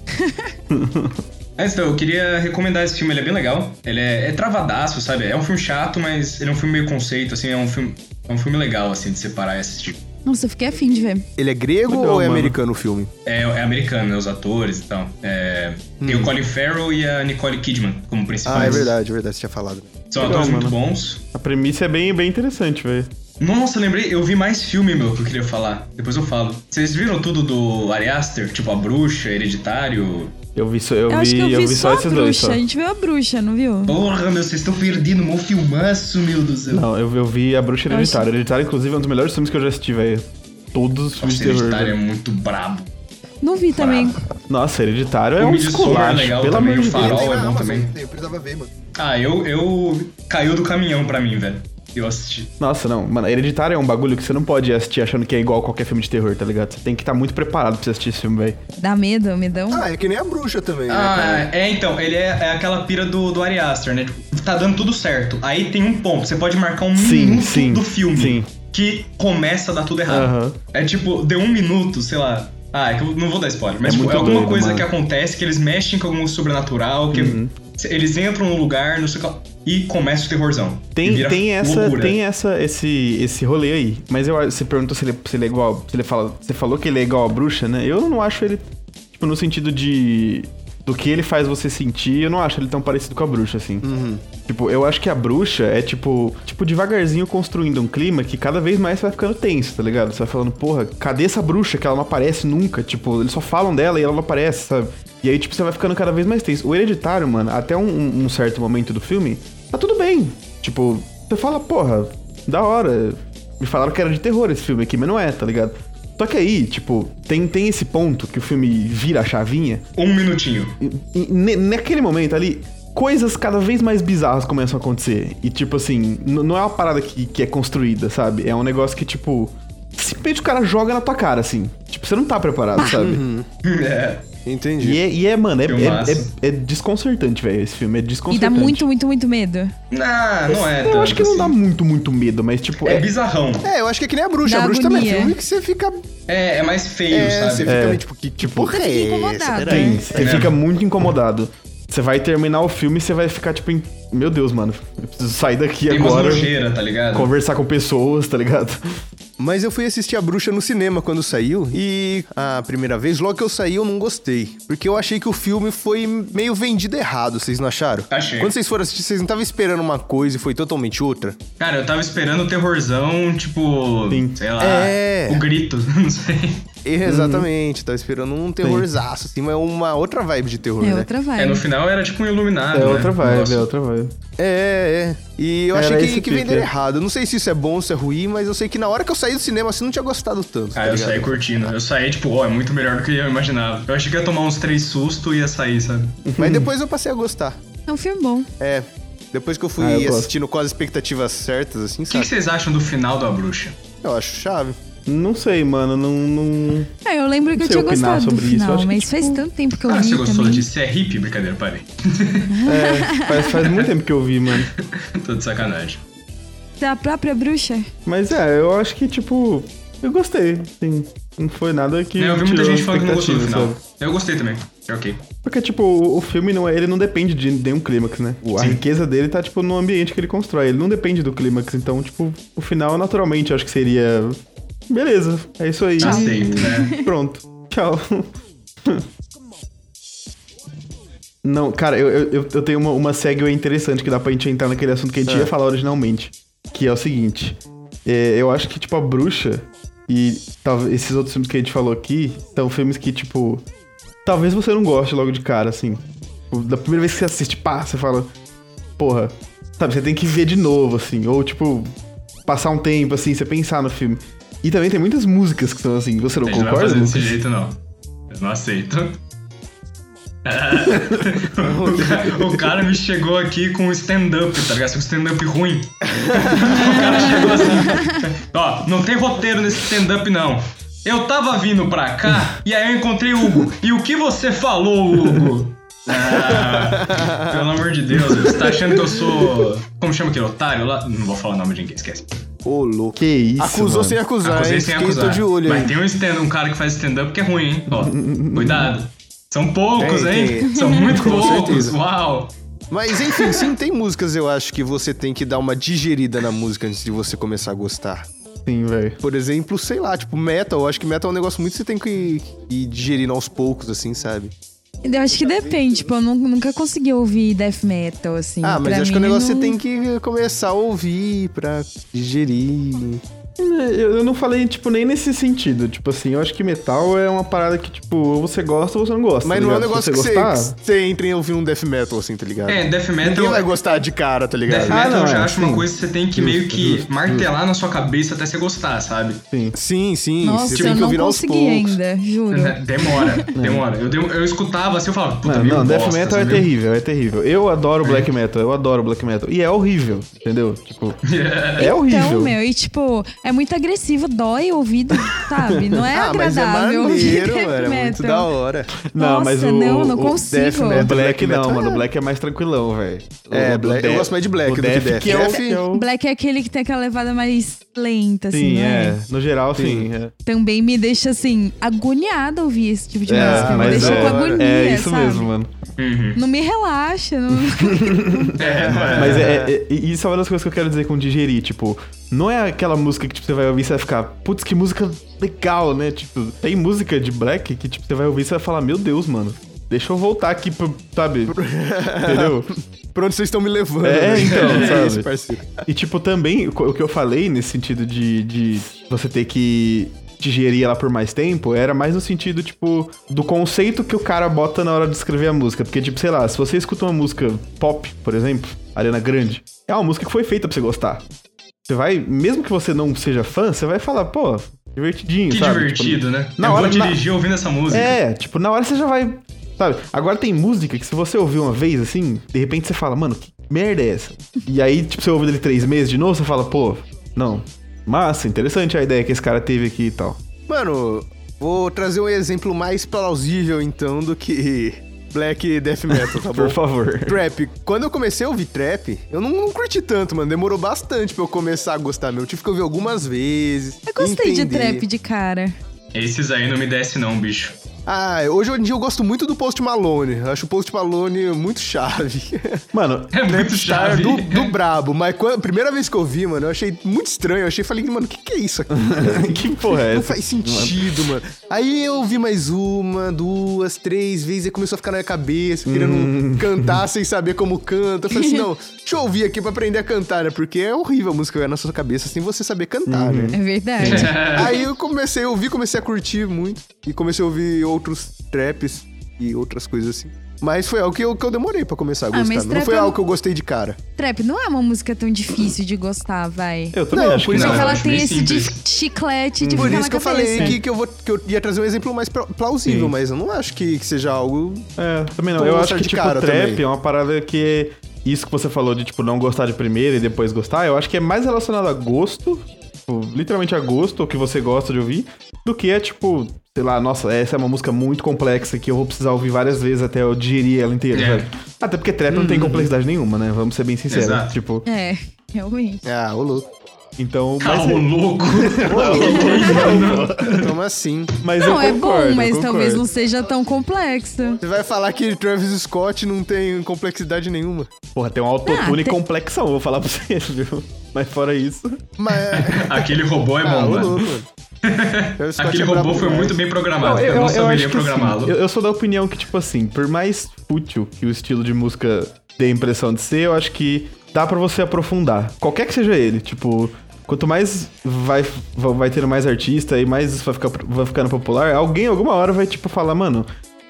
[SPEAKER 3] Mas então, eu queria recomendar esse filme, ele é bem legal. Ele é, é travadaço, sabe? É um filme chato, mas ele é um filme meio conceito, assim, é um filme, é um filme legal, assim, de separar e assistir.
[SPEAKER 4] Nossa, eu fiquei afim de ver.
[SPEAKER 1] Ele é grego
[SPEAKER 2] Legal,
[SPEAKER 1] ou é
[SPEAKER 2] mano.
[SPEAKER 1] americano o filme?
[SPEAKER 3] É, é americano, né? Os atores e tal. É,
[SPEAKER 1] Hum.
[SPEAKER 3] Tem o Colin Farrell e a Nicole Kidman como principais.
[SPEAKER 1] Ah, é verdade, é verdade, você tinha falado.
[SPEAKER 3] São
[SPEAKER 2] Legal,
[SPEAKER 3] atores muito
[SPEAKER 2] mano.
[SPEAKER 3] bons.
[SPEAKER 2] A premissa é bem, bem interessante, velho.
[SPEAKER 3] Nossa, lembrei, eu vi mais filme, meu, que eu queria falar. Depois eu falo. Vocês viram tudo do Ari Aster? Tipo, A Bruxa, Hereditário...
[SPEAKER 2] Eu vi, só, eu
[SPEAKER 4] Eu,
[SPEAKER 2] vi,
[SPEAKER 4] acho que eu vi,
[SPEAKER 2] eu vi
[SPEAKER 4] só,
[SPEAKER 2] só esses
[SPEAKER 4] a
[SPEAKER 2] dois
[SPEAKER 4] bruxa.
[SPEAKER 2] só.
[SPEAKER 4] A gente viu a bruxa, não viu?
[SPEAKER 3] Porra, meu, vocês estão perdendo um filmaço, meu Deus do céu.
[SPEAKER 2] Não, eu, eu vi A Bruxa
[SPEAKER 4] Eu
[SPEAKER 2] Hereditária. Hereditária, inclusive, é um dos melhores filmes que eu já assisti, velho. Todos os filmes
[SPEAKER 3] Nossa,
[SPEAKER 2] de terror.
[SPEAKER 3] Hereditário é
[SPEAKER 2] velho.
[SPEAKER 3] muito brabo.
[SPEAKER 4] Não vi também.
[SPEAKER 3] Brabo.
[SPEAKER 2] Nossa, Hereditário é
[SPEAKER 3] O
[SPEAKER 2] um
[SPEAKER 3] Midsommar é
[SPEAKER 2] esculacho,
[SPEAKER 3] legal
[SPEAKER 2] pelo
[SPEAKER 3] também,
[SPEAKER 2] amor de
[SPEAKER 3] o Farol.
[SPEAKER 2] Deus.
[SPEAKER 3] é bom também.
[SPEAKER 1] Eu precisava ver, mano.
[SPEAKER 3] Ah, eu, eu... Caiu do caminhão pra mim, velho. Eu assisti.
[SPEAKER 2] Nossa, não. Mano, Hereditário é um bagulho que você não pode assistir achando que é igual a qualquer filme de terror, tá ligado? Você tem que estar muito preparado pra você assistir esse filme, velho.
[SPEAKER 4] Dá medo, medão.
[SPEAKER 1] Ah, é que nem a bruxa também, né?
[SPEAKER 3] Ah,
[SPEAKER 1] cara?
[SPEAKER 3] é, então, ele é, é aquela pira do, do Ari Aster, né? Tipo, tá dando tudo certo. Aí tem um ponto, você pode marcar um
[SPEAKER 2] Sim,
[SPEAKER 3] minuto
[SPEAKER 2] sim,
[SPEAKER 3] do filme
[SPEAKER 2] sim.
[SPEAKER 3] que começa a dar tudo errado.
[SPEAKER 2] Aham.
[SPEAKER 3] É tipo, deu um minuto, sei lá. Ah, é que eu não vou dar spoiler, mas
[SPEAKER 2] É
[SPEAKER 3] tipo,
[SPEAKER 2] muito
[SPEAKER 3] é alguma
[SPEAKER 2] doido,
[SPEAKER 3] coisa
[SPEAKER 2] mano.
[SPEAKER 3] que acontece, que eles mexem com algum sobrenatural, que
[SPEAKER 2] Uhum.
[SPEAKER 3] eles entram num lugar, não sei o que, e começa o terrorzão. E
[SPEAKER 2] Tem,
[SPEAKER 3] vira
[SPEAKER 2] tem essa,
[SPEAKER 3] loucura.
[SPEAKER 2] tem essa, esse, esse rolê aí. Mas eu, você perguntou se ele, se ele é igual. Se ele fala, você falou que ele é igual a bruxa, né? Eu não acho ele, tipo, no sentido de. Do que ele faz você sentir, eu não acho ele tão parecido com a bruxa, assim.
[SPEAKER 1] Uhum.
[SPEAKER 2] Tipo, eu acho que a bruxa é, tipo, tipo, devagarzinho construindo um clima que cada vez mais vai ficando tenso, tá ligado? Você vai falando, porra, cadê essa bruxa que ela não aparece nunca? Tipo, eles só falam dela e ela não aparece, sabe? E aí, tipo, você vai ficando cada vez mais tenso. O Hereditário, mano, até um, um certo momento do filme, tá tudo bem. Tipo, você fala, porra, da hora. Me falaram que era de terror esse filme aqui, mas não é, tá ligado? Só que aí, tipo, tem, tem esse ponto que o filme vira a chavinha.
[SPEAKER 3] Um minutinho.
[SPEAKER 2] E, e ne- naquele momento ali, coisas cada vez mais bizarras começam a acontecer. E, tipo assim, n- não é uma parada que, que é construída, sabe? É um negócio que, tipo, simplesmente o cara joga na tua cara, assim. Tipo, você não tá preparado, sabe?
[SPEAKER 3] É.
[SPEAKER 1] Entendi.
[SPEAKER 2] E é, e é, mano, é,
[SPEAKER 3] Filmaço.
[SPEAKER 2] é, é, é desconcertante, velho, esse filme. É
[SPEAKER 4] E
[SPEAKER 2] desconcertante.
[SPEAKER 4] dá muito, muito, muito medo.
[SPEAKER 3] Não, não é
[SPEAKER 2] Eu
[SPEAKER 3] tanto
[SPEAKER 2] acho que não
[SPEAKER 3] assim.
[SPEAKER 2] dá muito, muito medo, mas, tipo,
[SPEAKER 3] É
[SPEAKER 2] é...
[SPEAKER 3] bizarrão.
[SPEAKER 1] É, eu acho que é que nem a bruxa.
[SPEAKER 4] Dá
[SPEAKER 1] A bruxa também é
[SPEAKER 4] agonia.
[SPEAKER 1] filme que você fica...
[SPEAKER 3] É, é mais feio,
[SPEAKER 1] É,
[SPEAKER 3] sabe?
[SPEAKER 1] você fica
[SPEAKER 2] É.
[SPEAKER 1] meio tipo, que tipo, porra
[SPEAKER 4] Você fica
[SPEAKER 1] é essa?
[SPEAKER 4] incomodado.
[SPEAKER 1] Peraí.
[SPEAKER 2] Tem, você
[SPEAKER 3] É.
[SPEAKER 2] fica muito incomodado. Você vai terminar o filme e você vai ficar, tipo, em... meu Deus, mano, eu preciso sair daqui
[SPEAKER 3] Tem umas
[SPEAKER 2] agora,
[SPEAKER 3] nojeiras, tá ligado?
[SPEAKER 2] conversar com pessoas, tá ligado?
[SPEAKER 1] Mas eu fui assistir a bruxa no cinema quando saiu e a primeira vez, logo que eu saí, eu não gostei. Porque eu achei que o filme foi meio vendido errado, vocês não acharam?
[SPEAKER 3] Achei.
[SPEAKER 1] Quando vocês foram assistir, vocês não estavam esperando uma coisa e foi totalmente outra?
[SPEAKER 3] Cara, eu tava esperando o terrorzão, tipo,
[SPEAKER 2] Sim.
[SPEAKER 3] sei lá,
[SPEAKER 1] É.
[SPEAKER 3] o grito, não sei.
[SPEAKER 1] Exatamente, tava esperando um terrorzaço, assim, mas uma outra vibe de terror,
[SPEAKER 4] É
[SPEAKER 1] né?
[SPEAKER 4] outra vibe.
[SPEAKER 3] É, no final era tipo um iluminado,
[SPEAKER 2] É
[SPEAKER 3] né?
[SPEAKER 2] outra vibe,
[SPEAKER 3] Nossa.
[SPEAKER 2] é outra vibe.
[SPEAKER 1] É, é. E eu
[SPEAKER 2] Era
[SPEAKER 1] achei que,
[SPEAKER 2] esse
[SPEAKER 1] que
[SPEAKER 2] pique,
[SPEAKER 1] venderam
[SPEAKER 2] é.
[SPEAKER 1] errado. Eu não sei se isso é bom ou se é ruim, mas eu sei que na hora que eu saí do cinema, assim, não tinha gostado tanto.
[SPEAKER 3] Ah,
[SPEAKER 1] tá
[SPEAKER 3] eu
[SPEAKER 1] ligado?
[SPEAKER 3] saí curtindo. Eu saí, tipo, ó, é muito melhor do que eu imaginava. Eu achei que ia tomar uns três sustos e ia sair, sabe?
[SPEAKER 1] Mas depois eu passei a gostar.
[SPEAKER 4] É um filme bom.
[SPEAKER 1] É. Depois que eu fui
[SPEAKER 2] Ah, eu gosto.
[SPEAKER 1] assistindo com as expectativas certas, assim,
[SPEAKER 3] O que,
[SPEAKER 1] sabe?
[SPEAKER 3] que vocês acham do final da bruxa?
[SPEAKER 1] Eu acho chave.
[SPEAKER 2] Não sei, mano, não... não...
[SPEAKER 4] É, eu lembro que
[SPEAKER 2] Não
[SPEAKER 4] eu
[SPEAKER 2] sei
[SPEAKER 4] tinha
[SPEAKER 2] opinar
[SPEAKER 4] gostado do
[SPEAKER 2] sobre isso, eu
[SPEAKER 4] final,
[SPEAKER 2] acho que,
[SPEAKER 4] mas faz
[SPEAKER 2] tipo,
[SPEAKER 4] tanto tempo que eu
[SPEAKER 3] Ah,
[SPEAKER 4] vi
[SPEAKER 3] você gostou
[SPEAKER 4] também.
[SPEAKER 3] disso? Você é hippie? Brincadeira, parei.
[SPEAKER 2] É, faz, faz muito tempo que eu vi, mano.
[SPEAKER 3] Tô de sacanagem.
[SPEAKER 4] Da própria bruxa?
[SPEAKER 2] Mas é, eu acho que, tipo, eu gostei, assim. Não foi nada que
[SPEAKER 3] É, eu vi muita
[SPEAKER 2] tirou
[SPEAKER 3] gente
[SPEAKER 2] a
[SPEAKER 3] falando que não gostou do
[SPEAKER 2] expectativa,
[SPEAKER 3] final.
[SPEAKER 2] sabe?
[SPEAKER 3] Eu gostei também. É ok.
[SPEAKER 2] Porque, tipo, o, o filme, não é, ele não depende de nenhum clímax, né? O- A
[SPEAKER 3] Sim.
[SPEAKER 2] riqueza dele tá, tipo, no ambiente que ele constrói. Ele não depende do clímax. Então, tipo, o final, naturalmente, eu acho que seria... Beleza, é isso aí.
[SPEAKER 3] Aceito, né?
[SPEAKER 2] Pronto. Tchau. Não, cara, eu, eu, eu tenho uma, uma segue interessante que dá pra gente entrar naquele assunto que a gente
[SPEAKER 1] É.
[SPEAKER 2] ia falar originalmente. Que é o seguinte. É, eu acho que, tipo, a Bruxa e talvez esses outros filmes que a gente falou aqui são filmes que, tipo... Talvez você não goste logo de cara, assim. tipo, da primeira vez que você assiste, pá, você fala, porra, sabe, você tem que ver de novo, assim, ou, tipo, passar um tempo, assim, você pensar no filme. E também tem muitas músicas que são assim, você não
[SPEAKER 3] a gente
[SPEAKER 2] concorda?
[SPEAKER 3] Não vai fazer
[SPEAKER 2] Lucas?
[SPEAKER 3] desse jeito, não. Eu não aceito. O cara me chegou aqui com stand-up, tá ligado? Com stand-up ruim. O cara chegou assim, ó, não tem roteiro nesse stand-up, não. Eu tava vindo pra cá e aí eu encontrei o Hugo. E o que você falou, Hugo? Ah, pelo amor de Deus, você tá achando que eu sou... Como chama aquele otário lá? Não vou falar o nome de ninguém, esquece.
[SPEAKER 1] Ô, louco.
[SPEAKER 2] Que isso,
[SPEAKER 1] Acusou
[SPEAKER 2] mano.
[SPEAKER 1] sem acusar,
[SPEAKER 3] Acusei
[SPEAKER 1] hein?
[SPEAKER 3] sem
[SPEAKER 1] Fiquei
[SPEAKER 3] acusar.
[SPEAKER 1] tô de olho,
[SPEAKER 3] Mas
[SPEAKER 1] hein?
[SPEAKER 3] tem um, stand, um cara que faz stand-up que é ruim, hein? Ó, cuidado. São poucos,
[SPEAKER 1] Tem,
[SPEAKER 3] hein?
[SPEAKER 1] tem.
[SPEAKER 3] São muito
[SPEAKER 1] Com
[SPEAKER 3] poucos.
[SPEAKER 1] certeza.
[SPEAKER 3] Uau.
[SPEAKER 1] Mas enfim, sim, tem músicas eu acho que você tem que dar uma digerida na música antes de você começar a gostar.
[SPEAKER 2] Sim, velho.
[SPEAKER 1] Por exemplo, sei lá, tipo metal. Eu acho que metal é um negócio muito que você tem que ir digerindo aos poucos, assim, sabe?
[SPEAKER 4] Eu acho que depende, tipo, eu nu- nunca consegui ouvir death metal, assim.
[SPEAKER 1] Ah, mas
[SPEAKER 4] Pra
[SPEAKER 1] acho que o
[SPEAKER 4] mim,
[SPEAKER 1] negócio
[SPEAKER 4] não...
[SPEAKER 1] você tem que começar a ouvir pra digerir.
[SPEAKER 2] Eu eu não falei, tipo, nem nesse sentido. Tipo assim, eu acho que metal é uma parada que, tipo, ou você gosta ou você não gosta.
[SPEAKER 1] Mas
[SPEAKER 2] tá
[SPEAKER 1] não é um
[SPEAKER 2] ligado?
[SPEAKER 1] negócio
[SPEAKER 2] Se
[SPEAKER 1] que
[SPEAKER 2] você
[SPEAKER 1] você,
[SPEAKER 2] gostar...
[SPEAKER 1] que você entra em ouvir um death metal, assim, tá ligado?
[SPEAKER 3] É, death metal...
[SPEAKER 1] Ninguém vai gostar de cara, tá ligado?
[SPEAKER 3] Death
[SPEAKER 2] Ah,
[SPEAKER 3] metal
[SPEAKER 2] não,
[SPEAKER 3] eu já
[SPEAKER 2] é,
[SPEAKER 3] acho
[SPEAKER 2] sim.
[SPEAKER 3] uma coisa que você tem que
[SPEAKER 2] Justo,
[SPEAKER 3] meio que
[SPEAKER 2] justo,
[SPEAKER 3] martelar na sua cabeça até você gostar, sabe?
[SPEAKER 2] Sim.
[SPEAKER 1] Sim, sim.
[SPEAKER 4] Nossa,
[SPEAKER 1] você
[SPEAKER 4] eu
[SPEAKER 1] tem que
[SPEAKER 4] não
[SPEAKER 1] ouvir aos
[SPEAKER 4] consegui
[SPEAKER 1] poucos.
[SPEAKER 4] ainda, juro.
[SPEAKER 3] Demora, demora. Eu, dei- eu escutava assim, eu falava, puta,
[SPEAKER 2] Não,
[SPEAKER 3] meio
[SPEAKER 2] não, death
[SPEAKER 3] bosta,
[SPEAKER 2] metal é
[SPEAKER 3] sabe?
[SPEAKER 2] terrível, é terrível. Eu adoro black metal, eu adoro black metal. E é horrível, entendeu? Tipo, é horrível.
[SPEAKER 4] Então, meu, e tipo, é muito agressivo, dói o ouvido, sabe? Não é
[SPEAKER 1] Ah, mas é
[SPEAKER 4] agradável ouvir
[SPEAKER 1] maneiro,
[SPEAKER 4] death
[SPEAKER 1] mano. É muito
[SPEAKER 4] metal.
[SPEAKER 1] da hora.
[SPEAKER 2] Não,
[SPEAKER 4] Nossa,
[SPEAKER 2] mas o,
[SPEAKER 4] não, não
[SPEAKER 2] o
[SPEAKER 4] consigo.
[SPEAKER 1] death
[SPEAKER 2] O
[SPEAKER 1] metal-
[SPEAKER 2] Black
[SPEAKER 1] Black
[SPEAKER 2] não,
[SPEAKER 1] metal
[SPEAKER 2] mano.
[SPEAKER 1] é-
[SPEAKER 2] O Black é mais tranquilão, velho.
[SPEAKER 1] É,
[SPEAKER 2] O do
[SPEAKER 1] Black- eu
[SPEAKER 2] Death-
[SPEAKER 1] gosto mais de Black
[SPEAKER 2] o
[SPEAKER 1] do que
[SPEAKER 2] Death,
[SPEAKER 1] Death.
[SPEAKER 2] que é o-
[SPEAKER 1] Death-
[SPEAKER 2] que é o-
[SPEAKER 4] Black é aquele que tem aquela levada mais lenta, assim,
[SPEAKER 2] Sim,
[SPEAKER 4] não é?
[SPEAKER 2] é. No geral, sim.
[SPEAKER 1] Sim.
[SPEAKER 2] é.
[SPEAKER 4] Também me deixa, assim, agoniada ouvir esse tipo de
[SPEAKER 2] É,
[SPEAKER 4] música. Me
[SPEAKER 2] mas
[SPEAKER 4] deixa
[SPEAKER 2] é,
[SPEAKER 4] com agonia,
[SPEAKER 2] é isso
[SPEAKER 4] sabe?
[SPEAKER 2] mesmo, mano.
[SPEAKER 3] Uhum.
[SPEAKER 4] Não me relaxa, não...
[SPEAKER 3] É, não é.
[SPEAKER 2] Mas é, é- é- isso é uma das coisas que eu quero dizer com digerir, tipo, não é aquela música que tipo, você vai ouvir e você vai ficar, putz, que música legal, né? Tipo, tem música de Black que tipo, você vai ouvir e você vai falar, meu Deus, mano, deixa eu voltar aqui, pro, sabe? Entendeu?
[SPEAKER 1] Pra onde vocês estão me levando?
[SPEAKER 2] É,
[SPEAKER 1] né?
[SPEAKER 2] então,
[SPEAKER 1] É
[SPEAKER 2] sabe?
[SPEAKER 1] isso, parceiro.
[SPEAKER 2] E tipo, também, o o que eu falei nesse sentido de, de você ter que digerir ela por mais tempo, era mais no sentido, tipo, do conceito que o cara bota na hora de escrever a música. Porque, tipo, sei lá, se você escuta uma música pop, por exemplo, Ariana Grande, é uma música que foi feita pra você gostar. Você vai, mesmo que você não seja fã, você vai falar, pô, divertidinho,
[SPEAKER 3] Que
[SPEAKER 2] sabe?
[SPEAKER 3] divertido,
[SPEAKER 2] Tipo,
[SPEAKER 3] né?
[SPEAKER 2] na
[SPEAKER 3] eu
[SPEAKER 2] hora-
[SPEAKER 3] vou
[SPEAKER 2] na-
[SPEAKER 3] dirigir ouvindo essa música.
[SPEAKER 2] É, tipo, na hora você já vai, sabe? Agora tem música que se você ouvir uma vez, assim, de repente você fala, mano, que merda é essa? E aí, tipo, você ouve dele três meses de novo, você fala, pô, não, massa, interessante a ideia que esse cara teve aqui e tal.
[SPEAKER 1] Mano, vou trazer um exemplo mais plausível, então, do que Black Death Metal, tá bom?
[SPEAKER 2] Por favor.
[SPEAKER 1] Trap. Quando eu comecei a ouvir trap, eu não, não curti tanto, mano. Demorou bastante pra eu começar a gostar mesmo. Eu tive que ouvir algumas vezes.
[SPEAKER 4] Eu gostei de
[SPEAKER 1] entender.
[SPEAKER 4] trap de cara.
[SPEAKER 3] Esses aí não me desce não, bicho.
[SPEAKER 1] Ah, hoje em dia eu gosto muito do Post Malone. Eu acho o Post Malone muito chave.
[SPEAKER 2] Mano,
[SPEAKER 3] É muito
[SPEAKER 1] Trapstar
[SPEAKER 3] chave.
[SPEAKER 1] do, do brabo. Mas quando, a primeira vez que eu vi, mano, eu achei muito estranho. Eu achei, falei, mano, o que que é isso aqui?
[SPEAKER 2] que porra é
[SPEAKER 1] Não
[SPEAKER 2] essa?
[SPEAKER 1] faz sentido, mano. Aí eu vi mais uma, duas, três vezes e começou a ficar na minha cabeça, querendo
[SPEAKER 2] Hum.
[SPEAKER 1] cantar sem saber como canta. Eu falei assim, não, deixa eu ouvir aqui pra aprender a cantar, né? Porque é horrível a música na sua cabeça sem você saber cantar,
[SPEAKER 2] Uhum.
[SPEAKER 1] né?
[SPEAKER 4] É verdade.
[SPEAKER 1] Aí eu comecei a ouvir, comecei a curtir muito. E comecei a ouvir outros traps e outras coisas assim. Mas foi algo que eu, que eu demorei pra começar a
[SPEAKER 4] Ah,
[SPEAKER 1] gostar.
[SPEAKER 4] mas
[SPEAKER 1] não
[SPEAKER 4] trap
[SPEAKER 1] foi
[SPEAKER 4] é-
[SPEAKER 1] algo que eu gostei de cara.
[SPEAKER 4] Trap não é uma música tão difícil de gostar, vai.
[SPEAKER 2] Eu também
[SPEAKER 1] Não,
[SPEAKER 2] acho
[SPEAKER 1] por
[SPEAKER 2] que
[SPEAKER 1] isso
[SPEAKER 2] não.
[SPEAKER 3] eu
[SPEAKER 4] Só que ela
[SPEAKER 3] acho
[SPEAKER 4] tem
[SPEAKER 3] bem
[SPEAKER 4] esse de
[SPEAKER 3] simples.
[SPEAKER 4] chiclete de
[SPEAKER 1] Por
[SPEAKER 4] ficar
[SPEAKER 1] isso
[SPEAKER 4] na
[SPEAKER 1] que eu falei
[SPEAKER 4] cabeça.
[SPEAKER 1] que, que, eu vou, que eu ia trazer um exemplo mais pla- plausível,
[SPEAKER 2] Sim.
[SPEAKER 1] mas eu não acho que, que seja algo.
[SPEAKER 2] É, também não.
[SPEAKER 1] Tô
[SPEAKER 2] Eu acho
[SPEAKER 1] gostando
[SPEAKER 2] que,
[SPEAKER 1] de
[SPEAKER 2] tipo,
[SPEAKER 1] cara
[SPEAKER 2] trap
[SPEAKER 1] também.
[SPEAKER 2] é uma parada que... Isso que você falou de, tipo, não gostar de primeira e depois gostar, eu acho que é mais relacionado a gosto, tipo, literalmente a gosto, o que você gosta de ouvir, do que é, tipo, sei lá, nossa, essa é uma música muito complexa que eu vou precisar ouvir várias vezes até eu digerir ela inteira,
[SPEAKER 3] É.
[SPEAKER 2] sabe? Até porque trap não tem complexidade nenhuma, né? Vamos ser bem sinceros.
[SPEAKER 3] Exato.
[SPEAKER 2] Tipo,
[SPEAKER 4] É, realmente.
[SPEAKER 1] Ah, ô louco.
[SPEAKER 2] então...
[SPEAKER 3] Ah,
[SPEAKER 2] Mas,
[SPEAKER 3] ô
[SPEAKER 2] é-
[SPEAKER 3] louco.
[SPEAKER 1] Como assim?
[SPEAKER 2] mas
[SPEAKER 4] Não,
[SPEAKER 2] eu
[SPEAKER 4] é
[SPEAKER 2] concordo,
[SPEAKER 4] bom, mas
[SPEAKER 2] eu
[SPEAKER 4] talvez
[SPEAKER 2] concordo.
[SPEAKER 4] não seja tão complexo.
[SPEAKER 1] Você vai falar que Travis Scott não tem complexidade nenhuma.
[SPEAKER 2] Porra, tem um autotune
[SPEAKER 4] Ah, tem-
[SPEAKER 2] complexão, vou falar pra você, viu? Mas fora isso...
[SPEAKER 1] Mas.
[SPEAKER 3] Aquele robô é
[SPEAKER 1] ah,
[SPEAKER 3] bom,
[SPEAKER 1] ô
[SPEAKER 3] mano.
[SPEAKER 1] louco, mano. Travis Scott
[SPEAKER 3] Aquele
[SPEAKER 1] é
[SPEAKER 3] robô
[SPEAKER 1] brabo
[SPEAKER 3] foi
[SPEAKER 1] demais.
[SPEAKER 3] muito bem programado.
[SPEAKER 2] Não,
[SPEAKER 3] eu, não saberia
[SPEAKER 2] acho que,
[SPEAKER 3] programá-lo.
[SPEAKER 2] assim, eu, eu sou da opinião que, tipo assim, por mais fútil que o estilo de música dê a impressão de ser, eu acho que dá pra você aprofundar. Qualquer que seja ele, tipo... Quanto mais vai, vai tendo mais artista e mais isso vai, ficar, vai ficando popular, alguém alguma hora vai, tipo, falar, mano...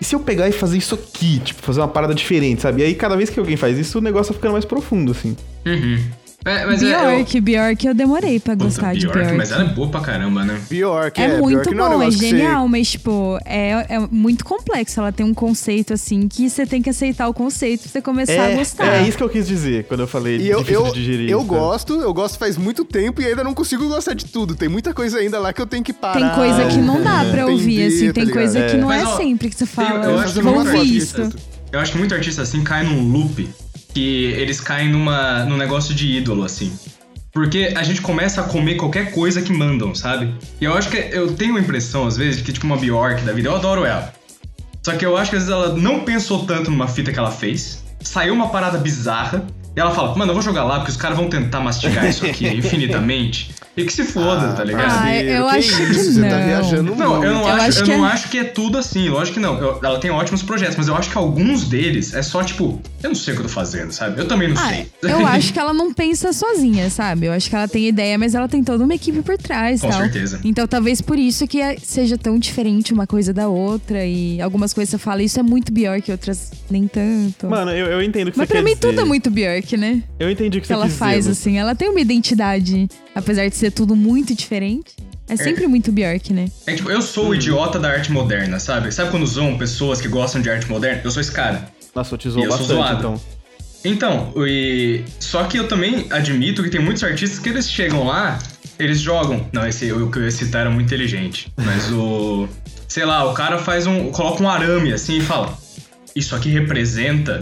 [SPEAKER 2] e se eu pegar e fazer isso aqui? Tipo, fazer uma parada diferente, sabe? E aí, cada vez que alguém faz isso, o negócio vai ficando mais profundo, assim.
[SPEAKER 3] Uhum. É, mas
[SPEAKER 4] Bjork,
[SPEAKER 3] é, eu...
[SPEAKER 4] Bjork eu demorei pra
[SPEAKER 3] Puta,
[SPEAKER 4] gostar de
[SPEAKER 3] Bjork,
[SPEAKER 4] Bjork.
[SPEAKER 3] Mas ela é boa pra caramba, né?
[SPEAKER 1] Bjork,
[SPEAKER 4] é,
[SPEAKER 1] é,
[SPEAKER 4] muito
[SPEAKER 1] Bjork não é um
[SPEAKER 4] bom, é
[SPEAKER 1] negócio que
[SPEAKER 4] genial,
[SPEAKER 1] você...
[SPEAKER 4] mas, tipo, é, é muito complexo. Ela tem um conceito, assim, que você tem que aceitar o conceito pra você começar
[SPEAKER 2] É,
[SPEAKER 4] a gostar.
[SPEAKER 2] é isso que eu quis dizer quando eu falei
[SPEAKER 1] E eu,
[SPEAKER 2] difícil
[SPEAKER 1] eu,
[SPEAKER 2] de digerir.
[SPEAKER 1] eu
[SPEAKER 2] sabe?
[SPEAKER 1] gosto, eu gosto faz muito tempo e ainda não consigo gostar de tudo. Tem muita coisa ainda lá que eu tenho que parar.
[SPEAKER 4] Tem coisa que não dá pra ouvir,
[SPEAKER 1] entender,
[SPEAKER 4] assim.
[SPEAKER 1] tá
[SPEAKER 4] Tem
[SPEAKER 1] ligado?
[SPEAKER 4] coisa que não
[SPEAKER 3] Mas,
[SPEAKER 4] é
[SPEAKER 3] ó,
[SPEAKER 4] sempre que você
[SPEAKER 3] tem-
[SPEAKER 4] fala.
[SPEAKER 3] eu acho que
[SPEAKER 4] Vamos
[SPEAKER 3] muito
[SPEAKER 4] ouvir
[SPEAKER 3] artista-
[SPEAKER 4] isso.
[SPEAKER 3] Eu acho que muito artista, assim, cai num loop que eles caem numa, num negócio de ídolo, assim. Porque a gente começa a comer qualquer coisa que mandam, sabe? E eu acho que eu tenho a impressão, às vezes, de que tipo uma Bjork da vida, eu adoro ela. Só que eu acho que às vezes ela não pensou tanto numa fita que ela fez, saiu uma parada bizarra, e ela fala, mano, eu vou jogar lá porque os caras vão tentar mastigar isso aqui infinitamente. E que se foda,
[SPEAKER 1] Ah,
[SPEAKER 3] tá ligado?
[SPEAKER 4] Ah,
[SPEAKER 1] parceiro,
[SPEAKER 4] eu
[SPEAKER 1] que
[SPEAKER 4] acho
[SPEAKER 1] isso?
[SPEAKER 4] que
[SPEAKER 1] Você tá
[SPEAKER 4] não.
[SPEAKER 1] viajando
[SPEAKER 3] Não,
[SPEAKER 1] muito.
[SPEAKER 3] eu não,
[SPEAKER 4] Eu
[SPEAKER 3] acho,
[SPEAKER 4] acho
[SPEAKER 3] eu
[SPEAKER 4] que
[SPEAKER 3] não
[SPEAKER 4] é-
[SPEAKER 3] acho que é tudo assim, lógico que não. Eu- ela tem ótimos projetos, mas eu acho que alguns deles é só tipo, eu não sei o que eu tô fazendo, sabe? Eu também não
[SPEAKER 4] Ah,
[SPEAKER 3] sei.
[SPEAKER 4] eu acho que ela não pensa sozinha, sabe? Eu acho que ela tem ideia, mas ela tem toda uma equipe por trás,
[SPEAKER 3] Com
[SPEAKER 4] tal.
[SPEAKER 3] certeza.
[SPEAKER 4] Então talvez por isso que é- seja tão diferente uma coisa da outra e algumas coisas você fala, isso é muito Bjork, outras nem tanto.
[SPEAKER 2] Mano, eu, eu entendo o que
[SPEAKER 4] Mas
[SPEAKER 2] você
[SPEAKER 4] pra
[SPEAKER 2] quer
[SPEAKER 4] mim
[SPEAKER 2] dizer.
[SPEAKER 4] tudo é muito Bjork, né?
[SPEAKER 2] Eu entendi o que,
[SPEAKER 4] Que
[SPEAKER 2] você
[SPEAKER 4] ela
[SPEAKER 2] quis
[SPEAKER 4] faz,
[SPEAKER 2] dizer, Lu.
[SPEAKER 4] assim. Ela tem uma identidade, apesar de ser tudo muito diferente. É sempre muito Bjork, né?
[SPEAKER 3] É tipo, eu sou
[SPEAKER 2] Hum.
[SPEAKER 3] o idiota da arte moderna, sabe? Sabe quando zoam pessoas que gostam de arte moderna? Eu sou esse cara.
[SPEAKER 2] Nossa, eu te
[SPEAKER 3] E
[SPEAKER 2] zoou
[SPEAKER 3] eu sou
[SPEAKER 2] bastante,
[SPEAKER 3] zoado.
[SPEAKER 2] então.
[SPEAKER 3] Então, e... só que eu também admito que tem muitos artistas que eles chegam lá, eles jogam. Não, esse o que eu ia citar era muito inteligente. Mas o. Sei lá, o cara faz um. Coloca um arame assim e fala: Isso aqui representa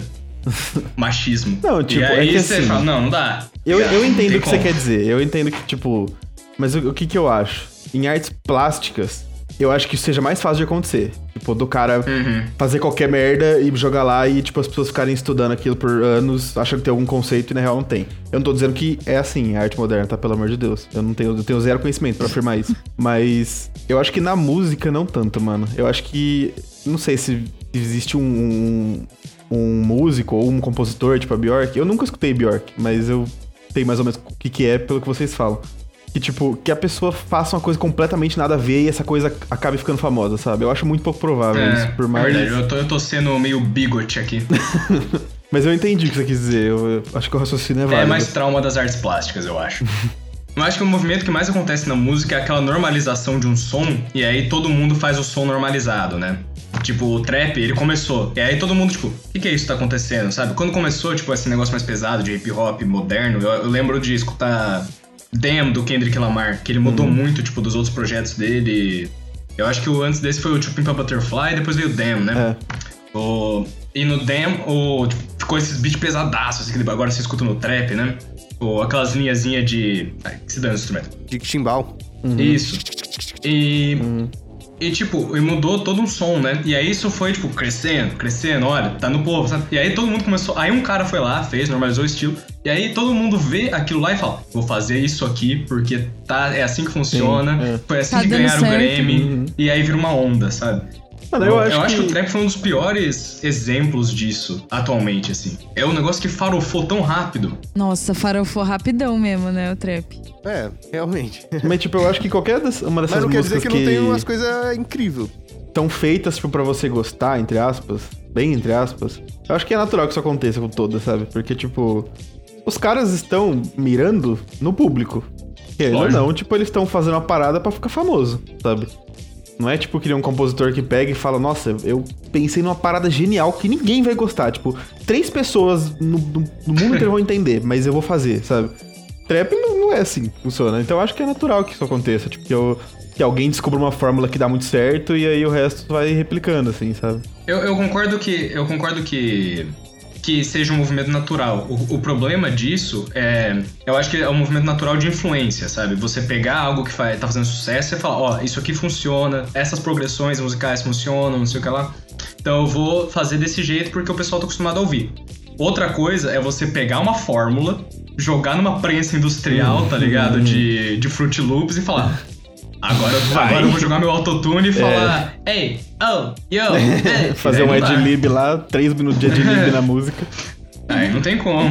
[SPEAKER 3] machismo.
[SPEAKER 2] Não, tipo,
[SPEAKER 3] e aí
[SPEAKER 2] é que
[SPEAKER 3] você
[SPEAKER 2] assim,
[SPEAKER 3] fala: Não, não dá.
[SPEAKER 2] Eu,
[SPEAKER 3] Cara,
[SPEAKER 2] eu
[SPEAKER 3] não
[SPEAKER 2] entendo
[SPEAKER 3] tem
[SPEAKER 2] o que você
[SPEAKER 3] como.
[SPEAKER 2] quer dizer. Eu entendo que, tipo... Mas o, o que que eu acho? Em artes plásticas, eu acho que isso seja mais fácil de acontecer. Tipo, do cara
[SPEAKER 3] Uhum.
[SPEAKER 2] fazer qualquer merda e jogar lá e, tipo, as pessoas ficarem estudando aquilo por anos, achando que tem algum conceito e na real não tem. Eu não tô dizendo que é assim, a arte moderna, tá? Pelo amor de Deus. Eu não tenho, eu tenho zero conhecimento pra afirmar isso. Mas eu acho que na música não tanto, mano. Eu acho que... Não sei se existe um... um um músico ou um compositor, tipo a Bjork. Eu nunca escutei Bjork, mas eu sei mais ou menos o que que é pelo que vocês falam. Que, tipo, que a pessoa faça uma coisa completamente nada a ver e essa coisa acabe ficando famosa, sabe? Eu acho muito pouco provável
[SPEAKER 3] É,
[SPEAKER 2] isso, por
[SPEAKER 3] é
[SPEAKER 2] mais...
[SPEAKER 3] verdade, eu tô, eu tô sendo meio bigot aqui.
[SPEAKER 2] Mas eu entendi o que você quis dizer, eu, eu acho que o raciocínio é válido.
[SPEAKER 3] É mais trauma das artes plásticas, eu acho. Eu acho que o movimento que mais acontece na música é aquela normalização de um som, e aí todo mundo faz o som normalizado, né? Tipo, o trap, ele começou, e aí todo mundo, tipo, o que, que é isso que tá acontecendo, sabe? Quando começou, tipo, esse negócio mais pesado de hip-hop moderno, eu, eu lembro de escutar Damn, do Kendrick Lamar, que ele mudou
[SPEAKER 2] Uhum.
[SPEAKER 3] muito, tipo, dos outros projetos dele. Eu acho que o antes desse foi o To Pimp a Butterfly, e depois veio o Damn, né?
[SPEAKER 2] É.
[SPEAKER 3] O, e no Damn, o, tipo, ficou esses beats pesadaços, assim, que agora você escuta no trap, né? Ou aquelas linhazinhas de... Ai, que se dane o instrumento.
[SPEAKER 1] De timbal.
[SPEAKER 2] Uhum.
[SPEAKER 3] Isso. E...
[SPEAKER 2] Uhum.
[SPEAKER 3] E, tipo, e mudou todo um som, né? E aí isso foi, tipo, crescendo, crescendo, olha, tá no povo, sabe? E aí todo mundo começou... Aí um cara foi lá, fez, normalizou o estilo. E aí todo mundo vê aquilo lá e fala, vou fazer isso aqui porque tá, é assim que funciona.
[SPEAKER 2] Sim, é.
[SPEAKER 3] Foi assim
[SPEAKER 4] Tá
[SPEAKER 3] que
[SPEAKER 4] dando
[SPEAKER 3] ganharam o
[SPEAKER 4] certo.
[SPEAKER 3] Grammy.
[SPEAKER 2] Uhum.
[SPEAKER 3] E aí vira uma onda, sabe?
[SPEAKER 2] Mano, eu acho
[SPEAKER 3] que...
[SPEAKER 2] que...
[SPEAKER 3] o trap foi um dos piores exemplos disso, atualmente, assim. É um negócio que farofou tão rápido.
[SPEAKER 4] Nossa, farofou rapidão mesmo, né, o trap.
[SPEAKER 1] É, realmente.
[SPEAKER 2] Mas, tipo, eu acho que qualquer das, uma dessas
[SPEAKER 1] Mas não quer dizer
[SPEAKER 2] músicas
[SPEAKER 1] que não tem umas coisas incríveis.
[SPEAKER 2] estão feitas, tipo, pra você gostar, entre aspas, bem entre aspas, eu acho que é natural que isso aconteça com todas, sabe? Porque, tipo, os caras estão mirando no público. Querendo ou
[SPEAKER 3] Lógico.
[SPEAKER 2] não, tipo, eles estão fazendo uma parada pra ficar famoso, sabe? Não é tipo que nem um compositor que pega e fala, nossa, eu pensei numa parada genial que ninguém vai gostar. Tipo, três pessoas no, no, no mundo inteiro vão entender, mas eu vou fazer, sabe? Trap não, não é assim que funciona. Então eu acho que é natural que isso aconteça. Tipo, que, eu, que alguém descubra uma fórmula que dá muito certo e aí o resto vai replicando, assim, sabe?
[SPEAKER 3] Eu, eu concordo que... Eu concordo que... que seja um movimento natural. O, o problema disso é... Eu acho que é um movimento natural de influência, sabe? Você pegar algo que faz, tá fazendo sucesso e falar, ó, oh, isso aqui funciona, essas progressões musicais funcionam, não sei o que lá. Então eu vou fazer desse jeito porque o pessoal tá acostumado a ouvir. Outra coisa é você pegar uma fórmula, jogar numa prensa industrial, tá ligado? De, de Fruit Loops e falar... Agora, eu- agora eu vou jogar meu autotune e falar... Ei, oh, yo, hey.
[SPEAKER 2] Fazer
[SPEAKER 3] E
[SPEAKER 2] um
[SPEAKER 3] daí não dá.
[SPEAKER 2] ad-lib lá, três minutos de ad-lib na música.
[SPEAKER 3] Aí não tem como.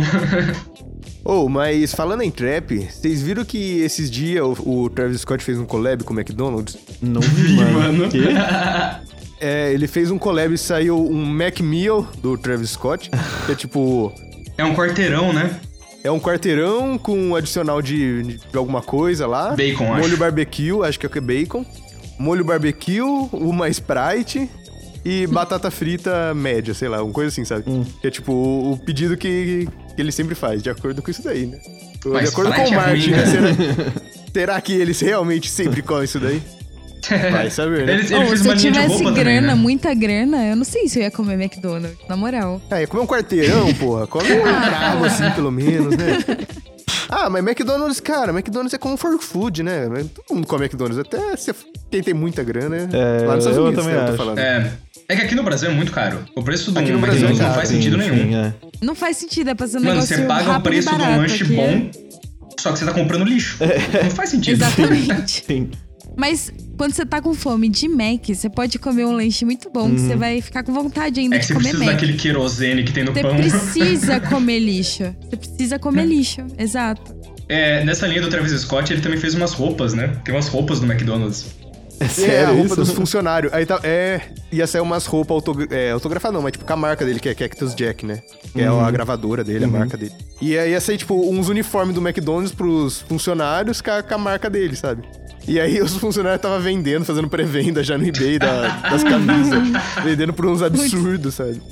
[SPEAKER 1] Ô, mas falando em trap, vocês viram que esses dias o, o Travis Scott fez um collab com o McDonald's?
[SPEAKER 2] Não vi, mano.
[SPEAKER 3] mano.
[SPEAKER 2] Quê?
[SPEAKER 1] É, ele fez um collab e saiu um Mac Meal do Travis Scott, que é tipo...
[SPEAKER 3] É um quarteirão, né?
[SPEAKER 1] É um quarteirão com um adicional de, de alguma coisa lá.
[SPEAKER 3] Bacon,
[SPEAKER 1] molho
[SPEAKER 3] acho.
[SPEAKER 1] barbecue, acho que é bacon. Molho barbecue, uma Sprite e batata frita média, sei lá, uma coisa assim, sabe? Hum. Que é tipo o, o pedido que, que ele sempre faz, de acordo com isso daí, né?
[SPEAKER 3] Mas
[SPEAKER 1] de acordo com o Martin, né? Será, será que eles realmente sempre comem isso daí? Vai saber, né?
[SPEAKER 3] Ele, ele
[SPEAKER 4] Oh,
[SPEAKER 3] fez
[SPEAKER 4] se
[SPEAKER 3] uma
[SPEAKER 4] eu
[SPEAKER 3] linha de
[SPEAKER 4] tivesse
[SPEAKER 3] roupa
[SPEAKER 4] grana,
[SPEAKER 3] também, né?
[SPEAKER 4] muita grana, eu não sei se eu ia comer McDonald's, na moral.
[SPEAKER 1] É, comer um quarteirão, porra. Come um carro assim, pelo menos, né? Ah, mas McDonald's, cara, McDonald's é comfort food, né? Todo mundo come McDonald's, até se, quem tem muita grana,
[SPEAKER 2] é,
[SPEAKER 1] lá nos Estados
[SPEAKER 2] eu
[SPEAKER 1] Unidos,
[SPEAKER 2] também
[SPEAKER 1] né, eu tô
[SPEAKER 2] acho.
[SPEAKER 1] falando.
[SPEAKER 3] É, é que aqui no Brasil é muito caro. O preço do
[SPEAKER 1] Aqui no Brasil
[SPEAKER 3] McDonald's
[SPEAKER 1] é
[SPEAKER 3] não
[SPEAKER 1] caro,
[SPEAKER 3] faz
[SPEAKER 2] sim,
[SPEAKER 3] sentido nenhum.
[SPEAKER 2] sim, é.
[SPEAKER 4] Não faz sentido, é pra ser um
[SPEAKER 3] Mano,
[SPEAKER 4] negócio
[SPEAKER 3] você paga o
[SPEAKER 4] rápido e
[SPEAKER 3] preço do
[SPEAKER 4] barato,
[SPEAKER 3] lanche
[SPEAKER 4] aqui é-
[SPEAKER 3] bom, só que você tá comprando lixo. Não faz sentido.
[SPEAKER 4] Exatamente.
[SPEAKER 2] Sim.
[SPEAKER 4] Mas quando você tá com fome de Mac, você pode comer um lanche muito bom, que você vai ficar com vontade ainda
[SPEAKER 3] É que
[SPEAKER 4] de
[SPEAKER 3] você
[SPEAKER 4] comer
[SPEAKER 3] precisa
[SPEAKER 4] Mac.
[SPEAKER 3] daquele querosene que tem no
[SPEAKER 4] Você
[SPEAKER 3] pão.
[SPEAKER 4] precisa comer lixo. Você precisa comer lixo, exato.
[SPEAKER 3] É, nessa linha do Travis Scott, ele também fez umas roupas, né? Tem umas roupas do McDonald's.
[SPEAKER 2] É
[SPEAKER 1] É,
[SPEAKER 2] sério
[SPEAKER 1] a roupa
[SPEAKER 2] isso?
[SPEAKER 1] dos funcionários. Aí tá, é, ia sair umas roupas autogra é, autografadas, não, mas tipo com a marca dele, que é Cactus Jack, né? Que
[SPEAKER 2] Uhum.
[SPEAKER 1] é a gravadora dele,
[SPEAKER 2] Uhum.
[SPEAKER 1] a marca dele. E aí ia sair, tipo, uns uniformes do McDonald's pros funcionários com a, com a marca dele, sabe? E aí os funcionários estavam vendendo, fazendo pré-venda já no eBay da- das camisas. Vendendo por uns absurdos, sabe?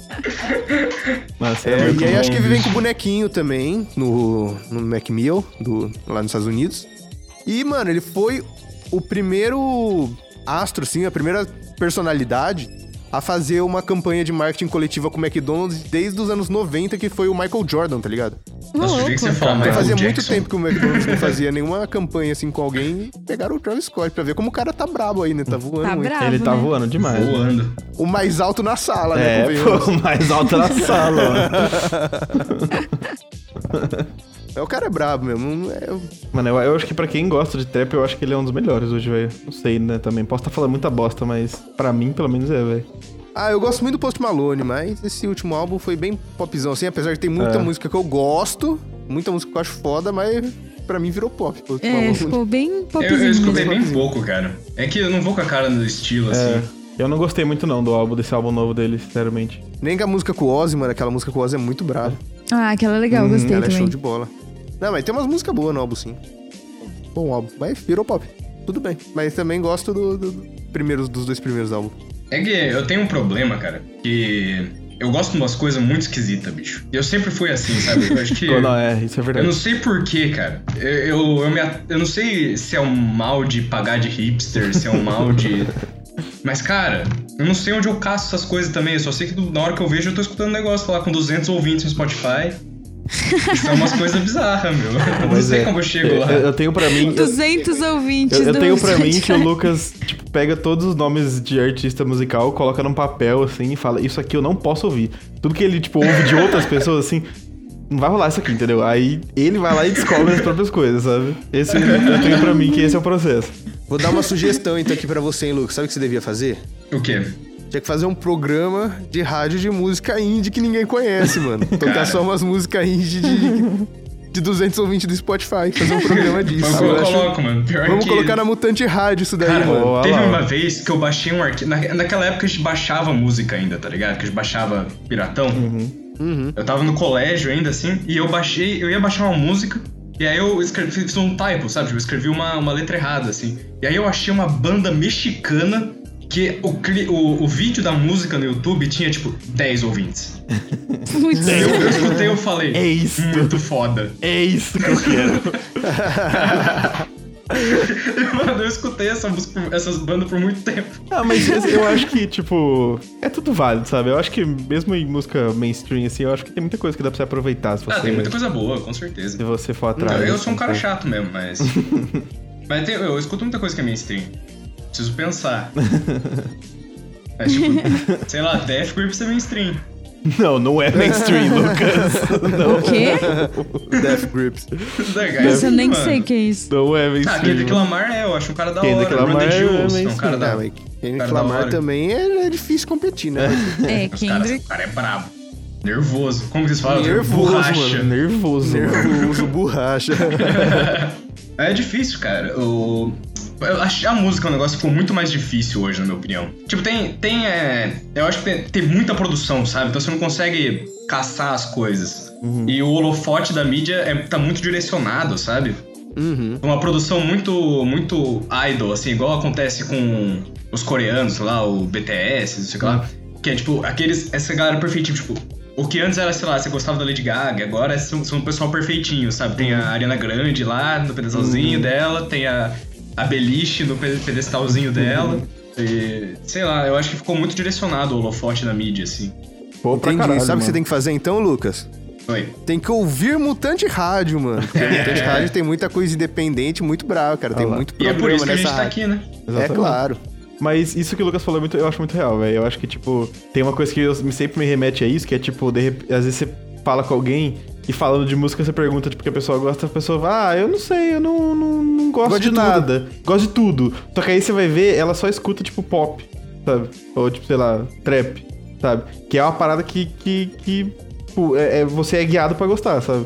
[SPEAKER 2] Nossa,
[SPEAKER 1] É,
[SPEAKER 2] é muito
[SPEAKER 1] e aí
[SPEAKER 2] bom,
[SPEAKER 1] acho que vem
[SPEAKER 2] bicho.
[SPEAKER 1] com bonequinho também no, no Mac Meal, do, lá nos Estados Unidos. E, mano, ele foi o primeiro astro, assim, a primeira personalidade a fazer uma campanha de marketing coletiva com o McDonald's desde os anos noventa, que foi o Michael Jordan, tá ligado?
[SPEAKER 3] Nossa, eu achei que você ia falar
[SPEAKER 1] Então
[SPEAKER 3] Michael
[SPEAKER 1] fazia muito
[SPEAKER 3] Jackson.
[SPEAKER 1] tempo que o McDonald's não fazia nenhuma campanha assim com alguém e pegaram o Travis Scott pra ver como o cara tá brabo aí, né? Tá voando
[SPEAKER 4] Tá
[SPEAKER 1] muito.
[SPEAKER 4] bravo,
[SPEAKER 2] Ele tá
[SPEAKER 4] né?
[SPEAKER 2] voando demais. né?
[SPEAKER 3] Voando.
[SPEAKER 1] O mais alto na sala, né?
[SPEAKER 2] É,
[SPEAKER 1] convenhamos.
[SPEAKER 2] pô, mais alto na sala.
[SPEAKER 1] É, o cara é brabo mesmo. não É...
[SPEAKER 2] Mano, eu, eu acho que pra quem gosta de trap, eu acho que ele é um dos melhores hoje, velho. Não sei, né, também. Posso estar falando muita bosta, mas pra mim, pelo menos, é, velho.
[SPEAKER 1] Ah, eu gosto muito do Post Malone, mas esse último álbum foi bem popzão, assim, apesar de ter muita
[SPEAKER 2] É.
[SPEAKER 1] música que eu gosto, muita música que eu acho foda, mas pra mim virou pop. Post
[SPEAKER 4] É,
[SPEAKER 1] Malone.
[SPEAKER 4] ficou bem
[SPEAKER 3] Eu,
[SPEAKER 4] popzinho
[SPEAKER 3] eu escutei
[SPEAKER 4] mesmo.
[SPEAKER 3] bem pouco, cara. É que eu não vou com a cara no estilo,
[SPEAKER 2] É.
[SPEAKER 3] assim.
[SPEAKER 2] Eu não gostei muito, não, do álbum, desse álbum novo dele, sinceramente.
[SPEAKER 1] Nem que a música com o Ozzy, mano, aquela música com o Ozzy é muito brava.
[SPEAKER 4] Ah, aquela é legal,
[SPEAKER 2] Hum,
[SPEAKER 4] gostei
[SPEAKER 1] Ela é
[SPEAKER 4] também.
[SPEAKER 1] show de bola. Não, mas tem umas músicas boas no álbum, sim. Bom álbum, mas virou pop. Tudo bem. Mas também gosto do, do, do primeiros, dos dois primeiros álbuns.
[SPEAKER 3] É que eu tenho um problema, cara, que eu gosto de umas coisas muito esquisitas, bicho. E eu sempre fui assim, sabe? Eu acho que...
[SPEAKER 2] Não, é, isso é
[SPEAKER 3] Eu
[SPEAKER 2] verdade.
[SPEAKER 3] não sei porquê, cara. Eu, eu, eu, me, at- eu não sei se é um mal de pagar de hipster, se é um mal de... Mas, cara, eu não sei onde eu caço essas coisas também. Eu só sei que do- na hora que eu vejo, eu tô escutando um negócio lá com duzentos ouvintes no Spotify. E são umas coisas bizarras, meu. Eu não
[SPEAKER 2] Mas
[SPEAKER 3] sei
[SPEAKER 2] é,
[SPEAKER 3] como eu chego lá.
[SPEAKER 2] Eu, eu tenho pra mim... eu-
[SPEAKER 4] duzentos ouvintes
[SPEAKER 2] Eu, eu
[SPEAKER 4] do
[SPEAKER 2] tenho pra mim que o
[SPEAKER 4] Spotify.
[SPEAKER 2] Lucas, tipo, pega todos os nomes de artista musical, coloca num papel, assim, e fala, isso aqui eu não posso ouvir. Tudo que ele, tipo, ouve de outras pessoas, assim, não vai rolar isso aqui, entendeu? Aí ele vai lá e descobre as próprias coisas, sabe? Esse, eu tenho pra mim que esse é o processo.
[SPEAKER 1] Vou dar uma sugestão, então, aqui pra você, hein, Lucas. Sabe o que você devia fazer?
[SPEAKER 3] O quê?
[SPEAKER 1] Tinha que fazer um programa de rádio de música indie que ninguém conhece, mano. Tocar
[SPEAKER 3] Cara.
[SPEAKER 1] só umas músicas indie de, de duzentos ouvintes do Spotify. Fazer um programa disso.
[SPEAKER 3] Mas eu
[SPEAKER 1] eu acho-
[SPEAKER 3] coloco, mano. Pior
[SPEAKER 1] Vamos
[SPEAKER 3] que...
[SPEAKER 1] colocar na Mutante Rádio isso daí,
[SPEAKER 3] Cara,
[SPEAKER 1] mano.
[SPEAKER 2] Boa.
[SPEAKER 3] teve
[SPEAKER 2] lá, ó.
[SPEAKER 3] uma vez que eu baixei um arquivo... Na, naquela época a gente baixava música ainda, tá ligado? Que a gente baixava piratão.
[SPEAKER 1] Uhum.
[SPEAKER 3] Eu tava no colégio ainda, assim, e eu baixei... Eu ia baixar uma música, e aí eu escrevi, fiz um typo, sabe? Tipo, eu escrevi uma, uma letra errada, assim. E aí eu achei uma banda mexicana que o, cli- o, o vídeo da música no YouTube tinha, tipo, dez ouvintes.
[SPEAKER 4] Putz.
[SPEAKER 3] Eu, eu escutei e eu falei...
[SPEAKER 2] É isso.
[SPEAKER 3] Muito foda.
[SPEAKER 2] É isso que eu quero.
[SPEAKER 3] Mano, eu escutei essa música, essas bandas por muito tempo.
[SPEAKER 2] Ah, mas eu acho que, tipo, é tudo válido, sabe? Eu acho que mesmo em música mainstream, assim, eu acho que tem muita coisa que dá pra você aproveitar se você,
[SPEAKER 3] Ah, tem muita coisa boa, com certeza.
[SPEAKER 2] se você for atrás.
[SPEAKER 3] Eu, eu sou um
[SPEAKER 2] assim,
[SPEAKER 3] cara
[SPEAKER 2] sabe?
[SPEAKER 3] chato mesmo, mas... mas tem- eu escuto muita coisa que é mainstream. Preciso pensar. Mas, tipo, sei lá, Death Grips é mainstream.
[SPEAKER 2] Não, não é mainstream, Lucas. Não,
[SPEAKER 4] O quê?
[SPEAKER 1] Death Grips.
[SPEAKER 4] Mas eu nem
[SPEAKER 3] Mano.
[SPEAKER 4] sei o que é isso.
[SPEAKER 2] não é
[SPEAKER 3] Ah,
[SPEAKER 2] mainstream.
[SPEAKER 3] Kendrick Lamar é, eu acho um cara da
[SPEAKER 2] Kendrick
[SPEAKER 3] hora. Run
[SPEAKER 2] Lamar
[SPEAKER 3] the
[SPEAKER 2] é
[SPEAKER 3] Jewels, é um
[SPEAKER 2] mainstream.
[SPEAKER 3] cara da...
[SPEAKER 1] Não, mas Kendrick
[SPEAKER 3] Cara da
[SPEAKER 1] Lamar
[SPEAKER 3] hora.
[SPEAKER 1] também é, é difícil competir, né?
[SPEAKER 4] É,
[SPEAKER 3] Os caras,
[SPEAKER 4] Kendrick.
[SPEAKER 3] o cara é brabo. Nervoso. Como que vocês falam?
[SPEAKER 1] Nervoso,
[SPEAKER 3] Borracha.
[SPEAKER 1] mano.
[SPEAKER 2] Nervoso. mano.
[SPEAKER 1] Nervoso, borracha.
[SPEAKER 3] É difícil, cara. O... Eu acho que a música é um negócio que ficou muito mais difícil hoje, na minha opinião. Tipo, tem... tem é, eu acho que tem, tem muita produção, sabe? Então você não consegue caçar as coisas. Uhum. E o holofote da mídia é, tá muito direcionado, sabe?
[SPEAKER 1] Uhum.
[SPEAKER 3] Uma produção muito, muito idol, assim, igual acontece com os coreanos, sei lá, o B T S, não sei o que lá. Que é, tipo, aqueles... Essa galera perfeitinha, tipo... O que antes era, sei lá, você gostava da Lady Gaga, agora são, são um pessoal perfeitinho, sabe? Tem a Ariana Grande lá no pedestalzinho uhum. dela, tem a, a Beliche no pedestalzinho dela. E, sei lá, eu acho que ficou muito direcionado o holofote da mídia, assim.
[SPEAKER 1] Pô, Entendi. Caralho, Sabe o que você tem que fazer então, Lucas?
[SPEAKER 3] Oi.
[SPEAKER 1] Tem que ouvir Mutante Rádio, mano. Porque é. Mutante Rádio tem muita coisa independente, muito bravo, cara. Tem ah, muito problema nessa rádio. E é por isso que a gente
[SPEAKER 3] tá aqui, né?
[SPEAKER 1] Exatamente. É claro.
[SPEAKER 2] Mas isso que o Lucas falou, é muito, eu acho muito real, velho. Eu acho que, tipo, tem uma coisa que eu, sempre me remete a isso, que é, tipo, de, às vezes você fala com alguém e falando de música, você pergunta, tipo, que a pessoa gosta, a pessoa fala, ah, eu não sei, eu não, não, não gosto, gosto de, de nada. Gosto de tudo. Só que aí você vai ver, ela só escuta, tipo, pop, sabe? Ou, tipo, sei lá, trap, sabe? Que é uma parada que, que, que tipo, é, é, você é guiado pra gostar, sabe?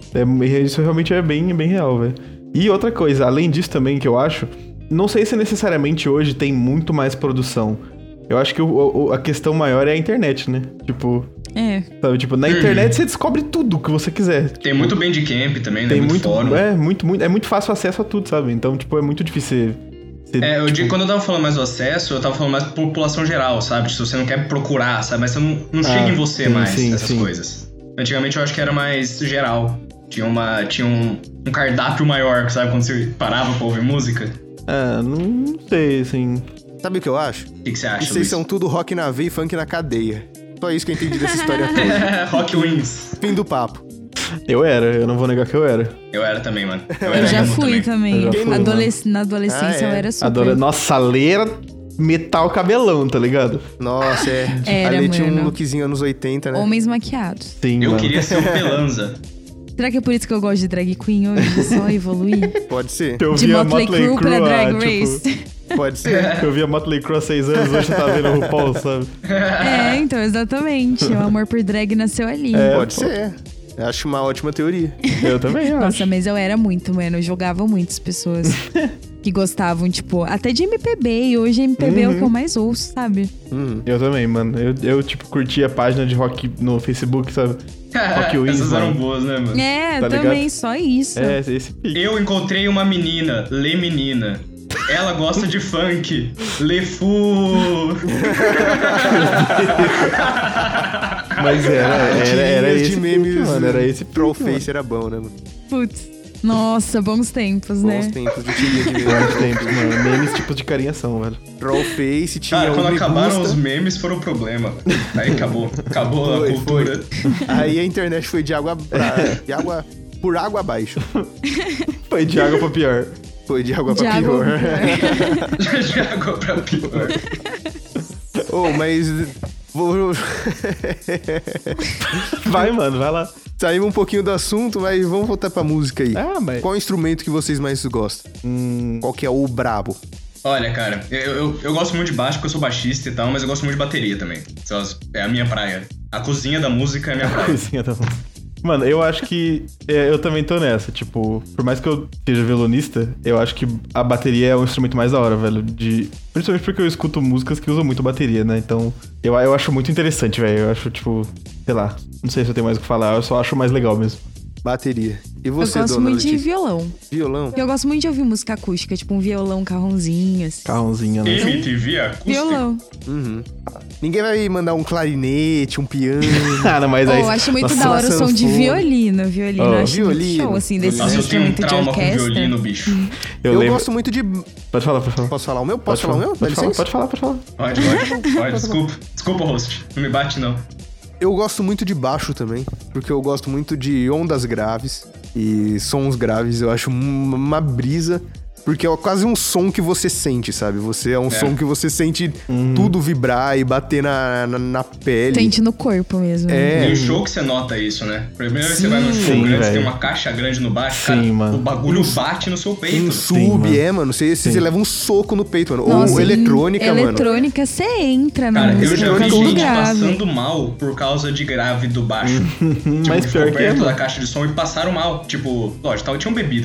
[SPEAKER 2] É, isso realmente é bem, bem real, velho. E outra coisa, além disso também, que eu acho... Não sei se necessariamente hoje tem muito mais produção. Eu acho que o, o, a questão maior é a internet, né? Tipo...
[SPEAKER 4] É.
[SPEAKER 2] Sabe, tipo, na internet você descobre tudo que você quiser.
[SPEAKER 3] Tem muito Bandcamp também, né?
[SPEAKER 2] Tem
[SPEAKER 3] muito,
[SPEAKER 2] muito
[SPEAKER 3] fórum.
[SPEAKER 2] É, muito, muito, é muito fácil acesso a tudo, sabe? Então, tipo, é muito difícil... Você,
[SPEAKER 3] é, eu
[SPEAKER 2] tipo...
[SPEAKER 3] digo, quando eu tava falando mais do acesso, eu tava falando mais população geral, sabe? Se você não quer procurar, sabe? Mas você não, não ah, chega em você sim, mais, sim, essas sim. coisas. Antigamente eu acho que era mais geral. Tinha, uma, tinha um, um cardápio maior, sabe? Quando você parava pra ouvir música.
[SPEAKER 2] Ah, não sei, assim...
[SPEAKER 1] Sabe o que eu acho?
[SPEAKER 3] O que, que você acha,
[SPEAKER 1] Vocês são tudo rock na veia e funk na cadeia. Só isso que eu entendi dessa história toda.
[SPEAKER 3] Rock wins.
[SPEAKER 1] Fim do papo.
[SPEAKER 2] Eu era, eu não vou negar que eu era.
[SPEAKER 3] Eu era também, mano. Eu,
[SPEAKER 4] eu já fui também.
[SPEAKER 2] também. Já fui,
[SPEAKER 4] Adolesc... Na adolescência ah, é. eu era super. Adole...
[SPEAKER 2] Nossa, a Lê era metal cabelão, tá ligado?
[SPEAKER 1] Nossa, é.
[SPEAKER 4] Era,
[SPEAKER 1] a Lê tinha
[SPEAKER 4] mano.
[SPEAKER 1] um lookzinho anos oitenta, né?
[SPEAKER 4] Homens maquiados.
[SPEAKER 2] Sim,
[SPEAKER 3] eu
[SPEAKER 2] mano.
[SPEAKER 3] queria ser um Pelanza.
[SPEAKER 4] Será que é por isso que eu gosto de drag queen hoje? Só evoluir?
[SPEAKER 1] Pode ser.
[SPEAKER 2] Eu
[SPEAKER 4] de Motley Crue pra Drag
[SPEAKER 2] ah,
[SPEAKER 4] Race.
[SPEAKER 2] Tipo,
[SPEAKER 1] pode ser.
[SPEAKER 2] Eu via Motley Crue há seis anos, hoje você tá vendo o RuPaul, sabe?
[SPEAKER 4] É, então, exatamente. O amor por drag nasceu ali.
[SPEAKER 1] É, pode ser. Eu acho uma ótima teoria.
[SPEAKER 2] Eu também acho.
[SPEAKER 4] Nossa, mas eu era muito, mano. Eu jogava muitas pessoas que gostavam, tipo, até de M P B. E hoje M P B uhum. é o que eu mais ouço, sabe?
[SPEAKER 2] Uhum. Eu também, mano. Eu, eu, tipo, curti a página de rock no Facebook, sabe? Rock Wins,
[SPEAKER 3] essas eram boas, né, mano?
[SPEAKER 4] É,
[SPEAKER 2] tá
[SPEAKER 4] também,
[SPEAKER 2] ligado?
[SPEAKER 4] só isso.
[SPEAKER 2] É, esse pique.
[SPEAKER 3] Eu encontrei uma menina, Lê Menina. Ela gosta de funk. Lê Fu.
[SPEAKER 2] Mas era, era, era esse
[SPEAKER 1] de memes,
[SPEAKER 2] pique, mano. Era esse
[SPEAKER 1] Trollface era bom, né, mano?
[SPEAKER 4] Putz. Nossa, bons tempos, né?
[SPEAKER 1] Bons tempos de tirinha de memes.
[SPEAKER 2] Bons tempos, mano. Memes tipo de carinhação, velho.
[SPEAKER 1] Trollface, tinha
[SPEAKER 3] Cara,
[SPEAKER 1] um
[SPEAKER 3] quando acabaram
[SPEAKER 1] Megusta.
[SPEAKER 3] os memes, foram o problema. Aí acabou. Acabou
[SPEAKER 1] foi,
[SPEAKER 3] a cultura.
[SPEAKER 1] Foi. Aí a internet foi de água pra... de água... por água abaixo.
[SPEAKER 2] Foi de água pra pior.
[SPEAKER 1] Foi de água
[SPEAKER 4] de
[SPEAKER 1] pra
[SPEAKER 4] água
[SPEAKER 1] pior.
[SPEAKER 3] De água pra pior.
[SPEAKER 1] Oh, mas... Vou...
[SPEAKER 2] Vai, mano, vai lá.
[SPEAKER 1] Saímos um pouquinho do assunto, mas vamos voltar pra música aí.
[SPEAKER 2] Ah, mas...
[SPEAKER 1] Qual instrumento que vocês mais gostam?
[SPEAKER 2] Hum...
[SPEAKER 1] Qual que é o brabo?
[SPEAKER 3] Olha, cara, eu, eu, eu gosto muito de baixo porque eu sou baixista e tal, mas eu gosto muito de bateria também. É a minha praia. A cozinha da música é a minha praia.
[SPEAKER 2] A cozinha da música. Mano, eu acho que é, eu também tô nessa, tipo, por mais que eu seja violonista, eu acho que a bateria é o instrumento mais da hora, velho, de... Principalmente porque eu escuto músicas que usam muito bateria, né, então eu, eu acho muito interessante, velho, eu acho, tipo, sei lá, não sei se eu tenho mais o que falar, eu só acho mais legal mesmo.
[SPEAKER 1] Bateria. E você,
[SPEAKER 4] eu gosto
[SPEAKER 1] dona
[SPEAKER 4] muito
[SPEAKER 1] Letícia?
[SPEAKER 4] de violão.
[SPEAKER 1] Violão?
[SPEAKER 4] Eu gosto muito de ouvir música acústica, tipo um violão, carrãozinho, assim.
[SPEAKER 2] Carrãozinho, né?
[SPEAKER 3] M T V acústica?
[SPEAKER 4] Violão.
[SPEAKER 1] Uhum. Ninguém vai mandar um clarinete, um piano.
[SPEAKER 2] Ah, não, mas aí...
[SPEAKER 4] Oh, eu acho muito
[SPEAKER 2] Nossa,
[SPEAKER 4] da hora o som de
[SPEAKER 1] sanfona.
[SPEAKER 4] violino. Violino,
[SPEAKER 2] Oh,
[SPEAKER 4] eu acho
[SPEAKER 1] violino.
[SPEAKER 4] muito show, assim, desse
[SPEAKER 3] Nossa, eu tenho um
[SPEAKER 4] instrumento de
[SPEAKER 3] trauma com
[SPEAKER 4] orquestra.
[SPEAKER 3] violino, bicho.
[SPEAKER 2] Eu,
[SPEAKER 1] Eu
[SPEAKER 2] lembro...
[SPEAKER 1] gosto muito de...
[SPEAKER 2] Pode falar, pode falar.
[SPEAKER 1] Posso falar o meu? Posso
[SPEAKER 2] Pode
[SPEAKER 1] falar o meu? Dá
[SPEAKER 2] Pode falar,
[SPEAKER 1] licença?
[SPEAKER 2] pode falar, pode falar.
[SPEAKER 3] Pode, pode. Pode, desculpa. Desculpa, host. Não me bate, não.
[SPEAKER 1] Eu gosto muito de baixo também, porque eu gosto muito de ondas graves e sons graves. Eu acho uma brisa, porque é quase um som que você sente, sabe? Você é um é. som que você sente hum. tudo vibrar e bater na, na, na pele.
[SPEAKER 4] Sente no corpo mesmo.
[SPEAKER 1] É.
[SPEAKER 3] E o show que você nota isso, né? Primeiro
[SPEAKER 1] Sim.
[SPEAKER 3] você vai no show
[SPEAKER 2] Sim,
[SPEAKER 3] grande,
[SPEAKER 2] véio.
[SPEAKER 3] tem uma caixa grande no baixo,
[SPEAKER 2] Sim,
[SPEAKER 3] cara,
[SPEAKER 2] mano.
[SPEAKER 3] o bagulho bate no seu peito.
[SPEAKER 1] Um
[SPEAKER 2] Sim,
[SPEAKER 1] sub,
[SPEAKER 2] mano.
[SPEAKER 1] é, mano. Você, você leva um soco no peito, mano.
[SPEAKER 4] Nossa,
[SPEAKER 1] Ou eletrônica, mano.
[SPEAKER 4] Eletrônica, você entra na
[SPEAKER 3] Cara,
[SPEAKER 4] música.
[SPEAKER 3] eu já vi
[SPEAKER 4] tudo
[SPEAKER 3] gente
[SPEAKER 4] grave.
[SPEAKER 3] passando mal por causa de grave do baixo. Tipo,
[SPEAKER 2] Mas
[SPEAKER 3] ficou
[SPEAKER 2] pior que é,
[SPEAKER 3] perto
[SPEAKER 2] mano.
[SPEAKER 3] da caixa de som e passaram mal. Tipo, lógico, tinham bebido.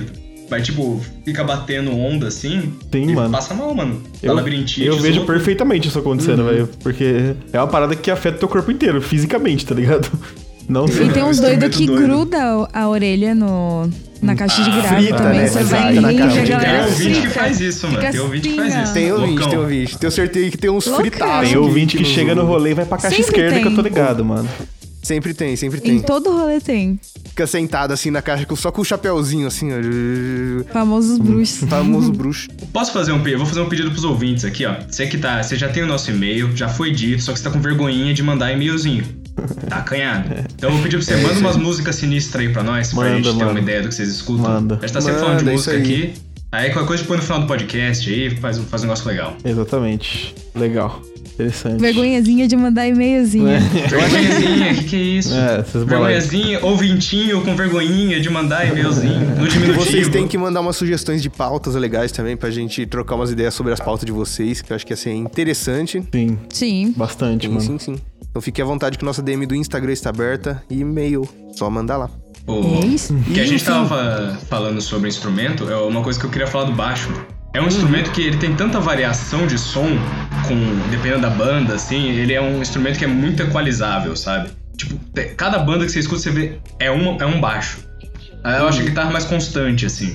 [SPEAKER 3] mas tipo, fica batendo onda assim.
[SPEAKER 2] Sim,
[SPEAKER 3] e
[SPEAKER 2] mano.
[SPEAKER 3] passa mal, mano. Tá
[SPEAKER 2] Eu,
[SPEAKER 3] labirintite.
[SPEAKER 2] eu vejo
[SPEAKER 3] louco.
[SPEAKER 2] perfeitamente isso acontecendo, velho. Porque é uma parada que afeta o teu corpo inteiro, fisicamente, tá ligado? Não sei.
[SPEAKER 4] E tem uns doidos que
[SPEAKER 3] doido.
[SPEAKER 4] gruda a orelha no, na caixa de
[SPEAKER 3] Ah,
[SPEAKER 4] grave
[SPEAKER 1] frita,
[SPEAKER 4] também.
[SPEAKER 1] né?
[SPEAKER 4] Você
[SPEAKER 1] Frita
[SPEAKER 4] vai
[SPEAKER 1] na
[SPEAKER 4] rir,
[SPEAKER 1] caixa
[SPEAKER 4] a
[SPEAKER 1] de
[SPEAKER 3] Tem
[SPEAKER 4] galera
[SPEAKER 3] ouvinte que
[SPEAKER 4] frita.
[SPEAKER 3] faz isso, mano.
[SPEAKER 4] Fica
[SPEAKER 3] Tem ouvinte que faz
[SPEAKER 4] assim,
[SPEAKER 3] isso.
[SPEAKER 4] ó.
[SPEAKER 1] Tem ouvinte,
[SPEAKER 3] Loucão.
[SPEAKER 1] tem ouvinte. Tenho certeza que tem uns
[SPEAKER 4] Loucão.
[SPEAKER 1] fritados.
[SPEAKER 2] Tem ouvinte que
[SPEAKER 1] nos-
[SPEAKER 2] chega no rolê e vai pra caixa
[SPEAKER 4] Sempre
[SPEAKER 2] esquerda
[SPEAKER 4] tem.
[SPEAKER 2] que eu tô ligado, mano.
[SPEAKER 1] Sempre tem, sempre
[SPEAKER 4] Em
[SPEAKER 1] tem.
[SPEAKER 4] todo rolê tem.
[SPEAKER 1] Fica sentado assim na caixa, com- só com o chapéuzinho assim, ó.
[SPEAKER 4] Famosos bruxos.
[SPEAKER 1] Famoso bruxo.
[SPEAKER 3] Posso fazer um pedido? Vou fazer um pedido pros ouvintes aqui, ó. Você que tá, você já tem o nosso e-mail, já foi dito, só que você tá com vergonhinha de mandar e-mailzinho. Tá acanhado. Então eu vou pedir pra você, manda umas músicas sinistras aí pra nós, pra
[SPEAKER 2] Manda,
[SPEAKER 3] gente ter
[SPEAKER 2] mano.
[SPEAKER 3] uma ideia do que vocês escutam.
[SPEAKER 2] Manda.
[SPEAKER 3] A gente tá sempre
[SPEAKER 1] Manda,
[SPEAKER 3] falando de
[SPEAKER 1] isso
[SPEAKER 3] música
[SPEAKER 1] aí.
[SPEAKER 3] aqui. Aí qualquer coisa põe no final do podcast aí, faz, um- faz um negócio legal.
[SPEAKER 2] Exatamente. Legal. Interessante.
[SPEAKER 4] Vergonhazinha de mandar e-mailzinho.
[SPEAKER 3] Vergonhazinha, que que é isso?
[SPEAKER 2] É, essas bolas.
[SPEAKER 3] Vergonhazinha, ouvintinho com vergonhinha de mandar e-mailzinho no diminutivo.
[SPEAKER 1] Vocês têm que mandar umas sugestões de pautas legais também pra gente trocar umas ideias sobre as pautas de vocês, que eu acho que ia ser interessante.
[SPEAKER 2] Sim,
[SPEAKER 4] Sim.
[SPEAKER 2] bastante,
[SPEAKER 1] Sim,
[SPEAKER 2] mano.
[SPEAKER 1] sim, sim. Então fique à vontade que nossa D M do Instagram está aberta e e-mail. Só mandar lá.
[SPEAKER 3] O
[SPEAKER 4] É isso?
[SPEAKER 3] que a gente
[SPEAKER 1] Enfim.
[SPEAKER 3] tava falando sobre instrumento é uma coisa que eu queria falar do baixo. É um instrumento que ele tem tanta variação de som, com dependendo da banda, assim, ele é um instrumento que é muito equalizável, sabe? Tipo, te- cada banda que você escuta, você vê, é um, é um baixo. Aí eu acho a guitarra mais constante, assim.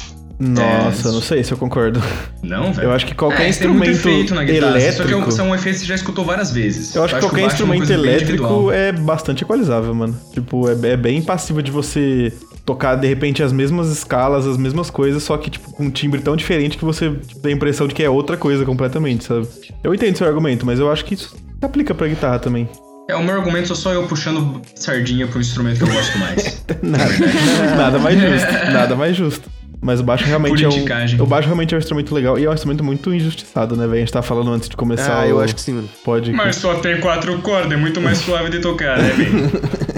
[SPEAKER 2] Nossa,
[SPEAKER 3] É,
[SPEAKER 2] não sei se eu concordo.
[SPEAKER 3] Não, velho?
[SPEAKER 2] Eu acho que qualquer
[SPEAKER 3] é, tem muito
[SPEAKER 2] instrumento
[SPEAKER 3] efeito na guitarra, Só que
[SPEAKER 2] elétrico-
[SPEAKER 3] é- são efeitos que você já escutou várias vezes.
[SPEAKER 2] Eu acho que
[SPEAKER 3] o
[SPEAKER 2] qualquer
[SPEAKER 3] baixo é uma
[SPEAKER 2] instrumento
[SPEAKER 3] coisa bem
[SPEAKER 2] elétrico
[SPEAKER 3] individual.
[SPEAKER 2] é bastante equalizável, mano. Tipo, é, é bem passivo de você tocar, de repente, as mesmas escalas, as mesmas coisas, só que, tipo, com um timbre tão diferente que você tipo, tem a impressão de que é outra coisa completamente, sabe? Eu entendo seu argumento, mas eu acho que isso se aplica pra guitarra também.
[SPEAKER 3] É, o meu argumento é só eu puxando sardinha pro instrumento que eu gosto mais.
[SPEAKER 2] Nada, nada mais justo, nada mais justo. Mas o baixo realmente é
[SPEAKER 3] Politicagem.
[SPEAKER 2] um. O baixo realmente é um instrumento legal e é um instrumento muito injustiçado, né, velho? A gente tava falando antes de começar.
[SPEAKER 1] Ah, eu
[SPEAKER 2] o...
[SPEAKER 1] acho que sim, mano.
[SPEAKER 2] Pode.
[SPEAKER 3] Mas só tem quatro cordas, é muito mais suave de tocar, né, velho?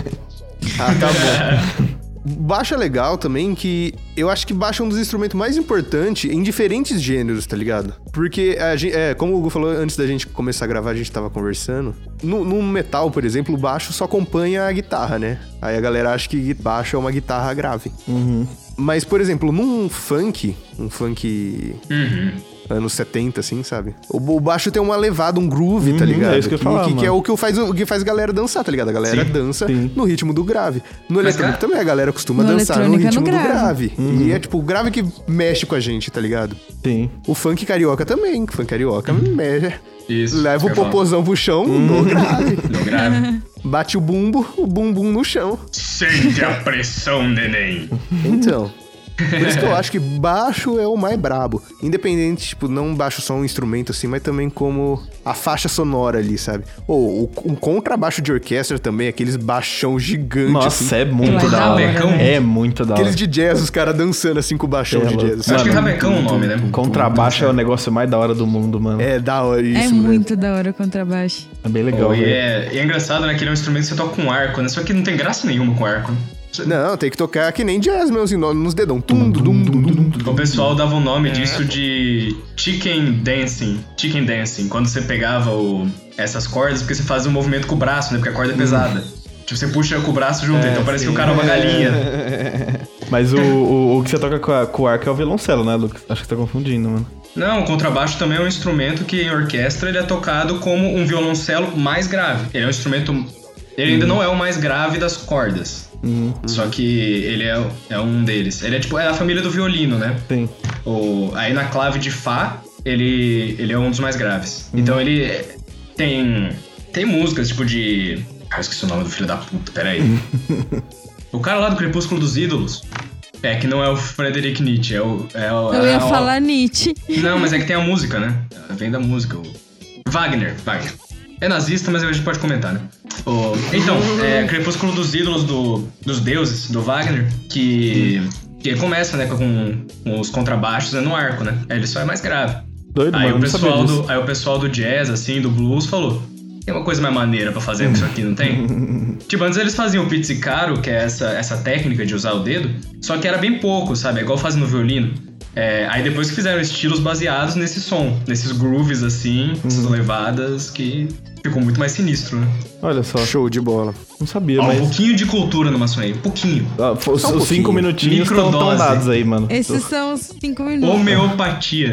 [SPEAKER 1] Ah, tá bom. Baixo é legal também, que eu acho que baixo é um dos instrumentos mais importantes em diferentes gêneros, tá ligado? Porque, a gente, é, como o Hugo falou antes da gente começar a gravar, a gente tava conversando. No, no metal, por exemplo, o baixo só acompanha a guitarra, né? Aí a galera acha que baixo é uma guitarra grave.
[SPEAKER 2] Uhum.
[SPEAKER 1] Mas, por exemplo, num funk, um funk
[SPEAKER 3] Uhum.
[SPEAKER 1] anos setenta, assim, sabe? O, o baixo tem uma levada, um groove, tá
[SPEAKER 2] Uhum,
[SPEAKER 1] ligado?
[SPEAKER 2] é isso que eu ia falar,
[SPEAKER 1] que, que é
[SPEAKER 2] mano.
[SPEAKER 1] o que faz, o que faz a galera dançar, tá ligado? A galera
[SPEAKER 3] Sim,
[SPEAKER 1] dança
[SPEAKER 2] sim.
[SPEAKER 1] no ritmo do grave. No
[SPEAKER 3] Mas,
[SPEAKER 1] eletrônico
[SPEAKER 3] cara,
[SPEAKER 1] também, a galera costuma
[SPEAKER 4] no
[SPEAKER 1] dançar no
[SPEAKER 4] eletrônica,
[SPEAKER 1] ritmo
[SPEAKER 4] no
[SPEAKER 1] do
[SPEAKER 4] grave.
[SPEAKER 1] grave.
[SPEAKER 2] Uhum.
[SPEAKER 1] E é tipo o grave que mexe com a gente, tá ligado?
[SPEAKER 2] Sim.
[SPEAKER 1] O funk carioca também. O funk carioca mexe.
[SPEAKER 3] Isso.
[SPEAKER 1] Leva o
[SPEAKER 3] eu ia falar.
[SPEAKER 1] popozão pro chão no grave.
[SPEAKER 3] No grave.
[SPEAKER 1] Bate o bumbo, o bumbum no chão.
[SPEAKER 3] Sente a pressão, neném.
[SPEAKER 1] Então. Por isso que eu acho que baixo é o mais brabo. Independente, tipo, não baixo só um instrumento assim, mas também como a faixa sonora ali, sabe? Ou o, um contrabaixo de orquestra também, aqueles baixão gigantes,
[SPEAKER 2] Nossa,
[SPEAKER 1] assim.
[SPEAKER 2] é muito
[SPEAKER 4] É
[SPEAKER 2] da
[SPEAKER 4] da
[SPEAKER 2] hora.
[SPEAKER 3] hora, né?
[SPEAKER 2] É muito da hora.
[SPEAKER 1] Aqueles de jazz, os caras dançando assim com o baixão
[SPEAKER 2] É,
[SPEAKER 1] de
[SPEAKER 2] louco.
[SPEAKER 1] jazz.
[SPEAKER 3] Eu acho que
[SPEAKER 2] Mano,
[SPEAKER 3] rabecão é o nome, né?
[SPEAKER 2] Contrabaixo é o negócio mais da hora do mundo, mano.
[SPEAKER 1] É da hora isso,
[SPEAKER 4] É
[SPEAKER 1] mano.
[SPEAKER 4] muito da hora o contrabaixo.
[SPEAKER 2] É bem legal,
[SPEAKER 3] Oh, e,
[SPEAKER 2] velho.
[SPEAKER 3] é, e é engraçado, né? Que ele é um instrumento que você toca com arco, né? Só que não tem graça nenhuma com arco, né?
[SPEAKER 1] Não, tem que tocar que nem jazz mesmo, assim, no- nos dedão. Tum, dum, dum, dum, dum.
[SPEAKER 3] O pessoal dava o nome disso de chicken dancing. Chicken dancing. Quando você pegava o, essas cordas, porque você fazia um movimento com o braço, né? Porque a corda é pesada. Tipo, você puxa com o braço junto, então parece que o cara é uma galinha.
[SPEAKER 2] Mas o, o, o que você toca com, a, com o arco é o violoncelo, né, Lucas? Acho que você tá confundindo, mano.
[SPEAKER 3] Não, o contrabaixo também é um instrumento que em orquestra ele é tocado como um violoncelo mais grave. Ele é um instrumento... Ele ainda não é o mais grave das cordas.
[SPEAKER 2] Uhum.
[SPEAKER 3] Só que ele é, é um deles. Ele é tipo, é a família do violino, né?
[SPEAKER 2] Sim.
[SPEAKER 3] O, aí na clave de Fá, ele, ele é um dos mais graves. Então ele é- tem, tem músicas tipo de... Ah, eu esqueci o nome do filho da puta, peraí. O cara lá do Crepúsculo dos Ídolos. É, que não é o Frederick Nietzsche, é o... É o
[SPEAKER 4] Eu ia
[SPEAKER 3] é o-
[SPEAKER 4] falar Nietzsche.
[SPEAKER 3] Não, mas é que tem a música, né? Vem da música. O Wagner, Wagner. É nazista, mas a gente pode comentar, né? O... Então, é Crepúsculo dos Ídolos do, dos Deuses, do Wagner, que, que começa, né, com, com os contrabaixos né, no arco, né? Aí ele só é mais grave.
[SPEAKER 2] Doido,
[SPEAKER 3] Aí
[SPEAKER 2] mano.
[SPEAKER 3] o,
[SPEAKER 2] Não sabia
[SPEAKER 3] pessoal
[SPEAKER 2] disso.
[SPEAKER 3] do, aí o pessoal do jazz, assim, do blues, falou: tem uma coisa mais maneira pra fazer com isso aqui, não tem? Tipo, antes eles faziam o pizzicato, que é essa, essa técnica de usar o dedo, só que era bem pouco, sabe? É igual fazem no violino. É, aí depois que fizeram estilos baseados nesse som, nesses grooves assim, essas
[SPEAKER 2] Uhum.
[SPEAKER 3] levadas que ficou muito mais sinistro, né?
[SPEAKER 2] Olha só,
[SPEAKER 1] Show de bola.
[SPEAKER 2] não sabia,
[SPEAKER 3] Ó,
[SPEAKER 2] mas...
[SPEAKER 3] um pouquinho de cultura no maçonharia, um pouquinho.
[SPEAKER 2] Ah, os,
[SPEAKER 1] Só um
[SPEAKER 2] os
[SPEAKER 1] pouquinho.
[SPEAKER 2] cinco minutinhos estão
[SPEAKER 3] Microdose.
[SPEAKER 2] dados aí, mano.
[SPEAKER 4] Esses são os cinco minutos.
[SPEAKER 3] Homeopatia.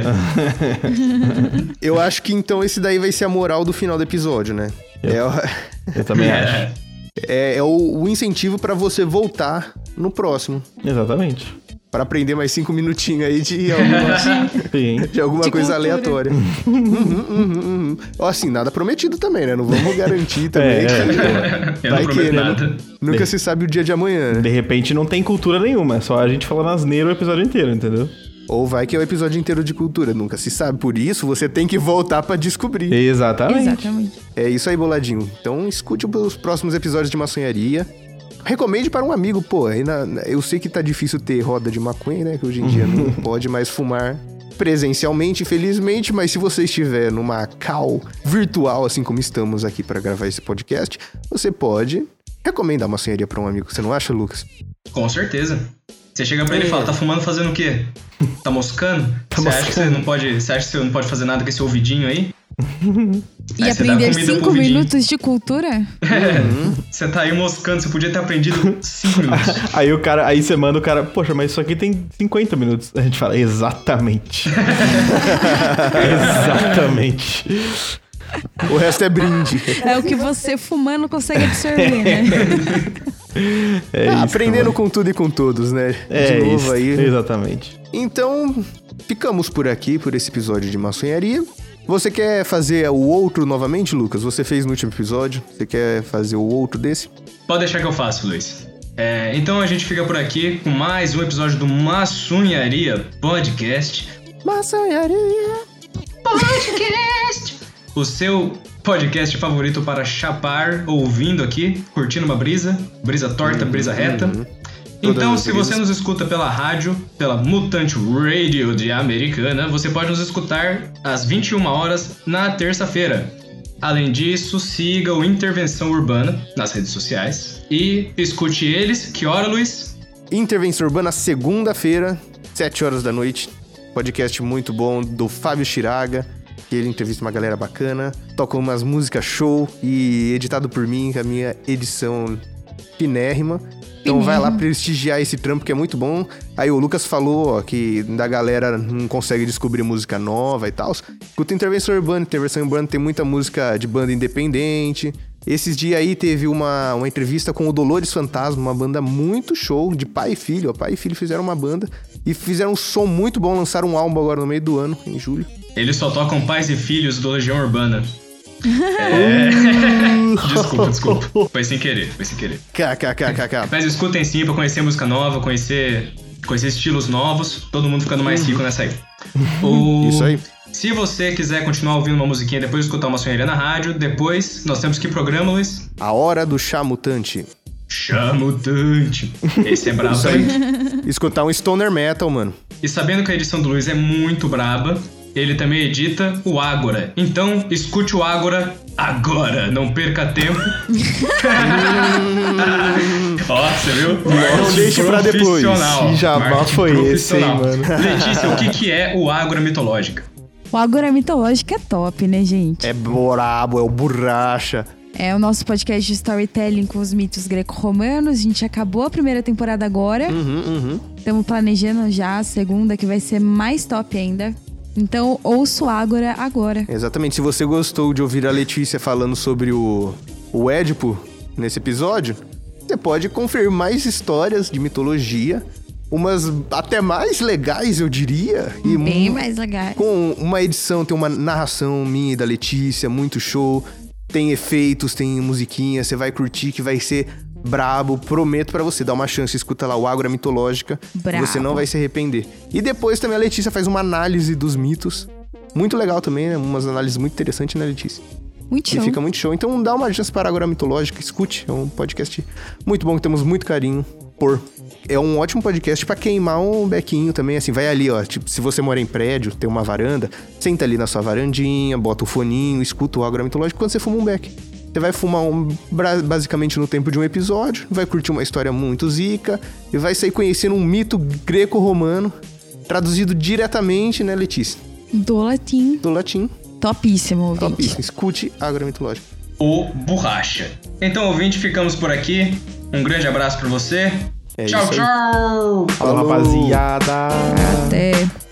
[SPEAKER 1] Eu acho que então esse daí vai ser a moral do final do episódio, né? É, o-
[SPEAKER 2] Eu também acho.
[SPEAKER 3] É,
[SPEAKER 1] é, é o, o incentivo pra você voltar no próximo.
[SPEAKER 2] Exatamente.
[SPEAKER 1] Pra aprender mais cinco minutinhos aí de alguma,
[SPEAKER 2] Sim.
[SPEAKER 1] de alguma
[SPEAKER 4] De
[SPEAKER 1] coisa
[SPEAKER 4] cultura.
[SPEAKER 1] aleatória. Uhum, uhum, uhum. Ó, assim, nada prometido também, né? Não vamos garantir também.
[SPEAKER 2] É, é,
[SPEAKER 3] eu
[SPEAKER 1] Vai
[SPEAKER 3] não
[SPEAKER 1] que,
[SPEAKER 3] prometo
[SPEAKER 1] né?
[SPEAKER 3] nada.
[SPEAKER 1] Nunca se sabe o dia de amanhã, né?
[SPEAKER 2] De repente não tem cultura nenhuma, é só a gente falando asneira o episódio inteiro, entendeu?
[SPEAKER 1] Ou vai que é o episódio inteiro de cultura. Nunca se sabe. Por isso, você tem que voltar pra descobrir.
[SPEAKER 2] Exatamente.
[SPEAKER 4] Exatamente.
[SPEAKER 1] É isso aí, boladinho. Então, escute os próximos episódios de maçonharia. Recomende para um amigo, pô. Aí na- na- eu sei que tá difícil ter roda de maconha, né? Que hoje em dia não pode mais fumar presencialmente, infelizmente. Mas se você estiver numa call virtual, assim como estamos aqui para gravar esse podcast, você pode recomendar maçonharia para um amigo. Você não acha, Lucas?
[SPEAKER 3] Com certeza. Você chega pra ele e fala, tá fumando fazendo o quê? Tá moscando?
[SPEAKER 2] Tá
[SPEAKER 3] você acha que você
[SPEAKER 2] moscando.
[SPEAKER 3] não pode. Você acha que você não pode fazer nada com esse ouvidinho aí?
[SPEAKER 4] E
[SPEAKER 3] Aí você dá
[SPEAKER 4] aprender
[SPEAKER 3] comida pro
[SPEAKER 4] cinco
[SPEAKER 3] vidinho.
[SPEAKER 4] minutos de cultura?
[SPEAKER 3] É, você tá aí moscando, você podia ter aprendido cinco minutos.
[SPEAKER 2] Aí o cara, aí você manda o cara, poxa, mas isso aqui tem cinquenta minutos. A gente fala, exatamente. Exatamente.
[SPEAKER 1] O resto é brinde.
[SPEAKER 4] É o que você fumando consegue absorver, né?
[SPEAKER 2] É
[SPEAKER 1] Ah,
[SPEAKER 2] isso,
[SPEAKER 1] aprendendo
[SPEAKER 2] mano.
[SPEAKER 1] com tudo e com todos, né?
[SPEAKER 2] É
[SPEAKER 1] De novo
[SPEAKER 2] isso,
[SPEAKER 1] aí.
[SPEAKER 2] exatamente.
[SPEAKER 1] Então, ficamos por aqui, por esse episódio de maçonharia. Você quer fazer o outro novamente, Lucas? Você fez no último episódio. Você quer fazer o outro desse?
[SPEAKER 3] Pode deixar que eu faço, Luiz. É, então a gente fica por aqui com mais um episódio do Maçonharia Podcast.
[SPEAKER 1] Maçonharia.
[SPEAKER 3] Podcast! O seu podcast favorito para chapar, ouvindo aqui, curtindo uma brisa, brisa torta, brisa reta. Então,
[SPEAKER 1] Todas as
[SPEAKER 3] se você
[SPEAKER 1] brisas.
[SPEAKER 3] nos escuta pela rádio, pela Mutante Radio de Americana, você pode nos escutar às vinte e uma horas na terça-feira. Além disso, siga o Intervenção Urbana nas redes sociais e escute eles. Que hora, Luiz?
[SPEAKER 1] Intervenção Urbana, segunda-feira, sete horas da noite. Podcast muito bom do Fábio Chiraga. Que ele entrevista uma galera bacana. Toca umas músicas show e editado por mim, com a minha edição finérrima. Então vai lá prestigiar esse trampo que é muito bom. Aí o Lucas falou ó, que da galera não consegue descobrir música nova e tal. Escuta Intervenção Urbana. Intervenção Urbana tem muita música de banda independente. Esses dias aí teve uma, uma entrevista com o Dolores Fantasma, uma banda muito show, de pai e filho. Ó, pai e filho fizeram uma banda e fizeram um som muito bom. Lançaram um álbum agora no meio do ano, em julho.
[SPEAKER 3] Eles só tocam Pais e Filhos do Legião Urbana. É... desculpa, desculpa. Foi sem querer, foi sem querer.
[SPEAKER 1] KKKKK.
[SPEAKER 3] Mas escutem sim pra conhecer música nova, conhecer, conhecer estilos novos, todo mundo ficando mais rico nessa aí. O...
[SPEAKER 1] Isso aí.
[SPEAKER 3] Se você quiser continuar ouvindo uma musiquinha depois de escutar uma sonharia na rádio, depois nós temos que programa, Luiz?
[SPEAKER 1] A Hora do Chá Mutante.
[SPEAKER 3] Chamutante. Esse é brabo
[SPEAKER 1] Isso aí.
[SPEAKER 3] também.
[SPEAKER 1] Escutar um stoner metal, mano.
[SPEAKER 3] E sabendo que a edição do Luiz é muito braba, ele também edita o Ágora. Então, escute o Ágora agora, não perca tempo. Ó, você viu? Marketing
[SPEAKER 1] deixe pra depois.
[SPEAKER 3] profissional.
[SPEAKER 2] Que jabá
[SPEAKER 3] Marketing
[SPEAKER 2] foi esse, hein,
[SPEAKER 3] profissional.
[SPEAKER 2] mano?
[SPEAKER 3] Letícia, o que, que é o Ágora Mitológica?
[SPEAKER 4] O Agora Mitológico é top, né, gente?
[SPEAKER 1] É brabo, é o borracha.
[SPEAKER 4] É o nosso podcast de storytelling com os mitos greco-romanos. A gente acabou a primeira temporada agora.
[SPEAKER 1] Uhum, uhum.
[SPEAKER 4] Estamos planejando já a segunda, que vai ser mais top ainda. Então, ouça o Ágora agora.
[SPEAKER 1] Exatamente. Se você gostou de ouvir a Letícia falando sobre o, o Édipo nesse episódio, você pode conferir mais histórias de mitologia, umas até mais legais, eu diria. E
[SPEAKER 4] Bem
[SPEAKER 1] mu-
[SPEAKER 4] mais legal.
[SPEAKER 1] Com uma edição, tem uma narração minha e da Letícia, muito show. Tem efeitos, tem musiquinha, você vai curtir que vai ser brabo. Prometo pra você, dá uma chance, escuta lá o Ágora Mitológica.
[SPEAKER 4] Brabo.
[SPEAKER 1] Você não vai se arrepender. E depois também a Letícia faz uma análise dos mitos. Muito legal também, né? Umas análises muito interessantes, né, Letícia?
[SPEAKER 4] Muito
[SPEAKER 1] E
[SPEAKER 4] show.
[SPEAKER 1] fica muito show. Então dá uma chance para a Ágora Mitológica, escute. É um podcast muito bom, que temos muito carinho por. É um ótimo podcast pra queimar um bequinho também, assim, vai ali, ó, tipo, se você mora em prédio, tem uma varanda, senta ali na sua varandinha, bota o foninho, escuta o Ágora Mitológico quando você fuma um beck. Você vai fumar um, bra- basicamente no tempo de um episódio, vai curtir uma história muito zica e vai sair conhecendo um mito greco-romano traduzido diretamente, né, Letícia?
[SPEAKER 4] Do latim.
[SPEAKER 1] Do latim.
[SPEAKER 4] Topíssimo, ouvinte.
[SPEAKER 1] Topíssimo. Escute Agromitológico.
[SPEAKER 3] O Borracha. Então, ouvinte, ficamos por aqui. Um grande abraço pra você.
[SPEAKER 1] É
[SPEAKER 3] tchau,
[SPEAKER 1] isso aí.
[SPEAKER 3] tchau!
[SPEAKER 2] Falou,
[SPEAKER 1] Falou.
[SPEAKER 2] rapaziada!
[SPEAKER 4] Até.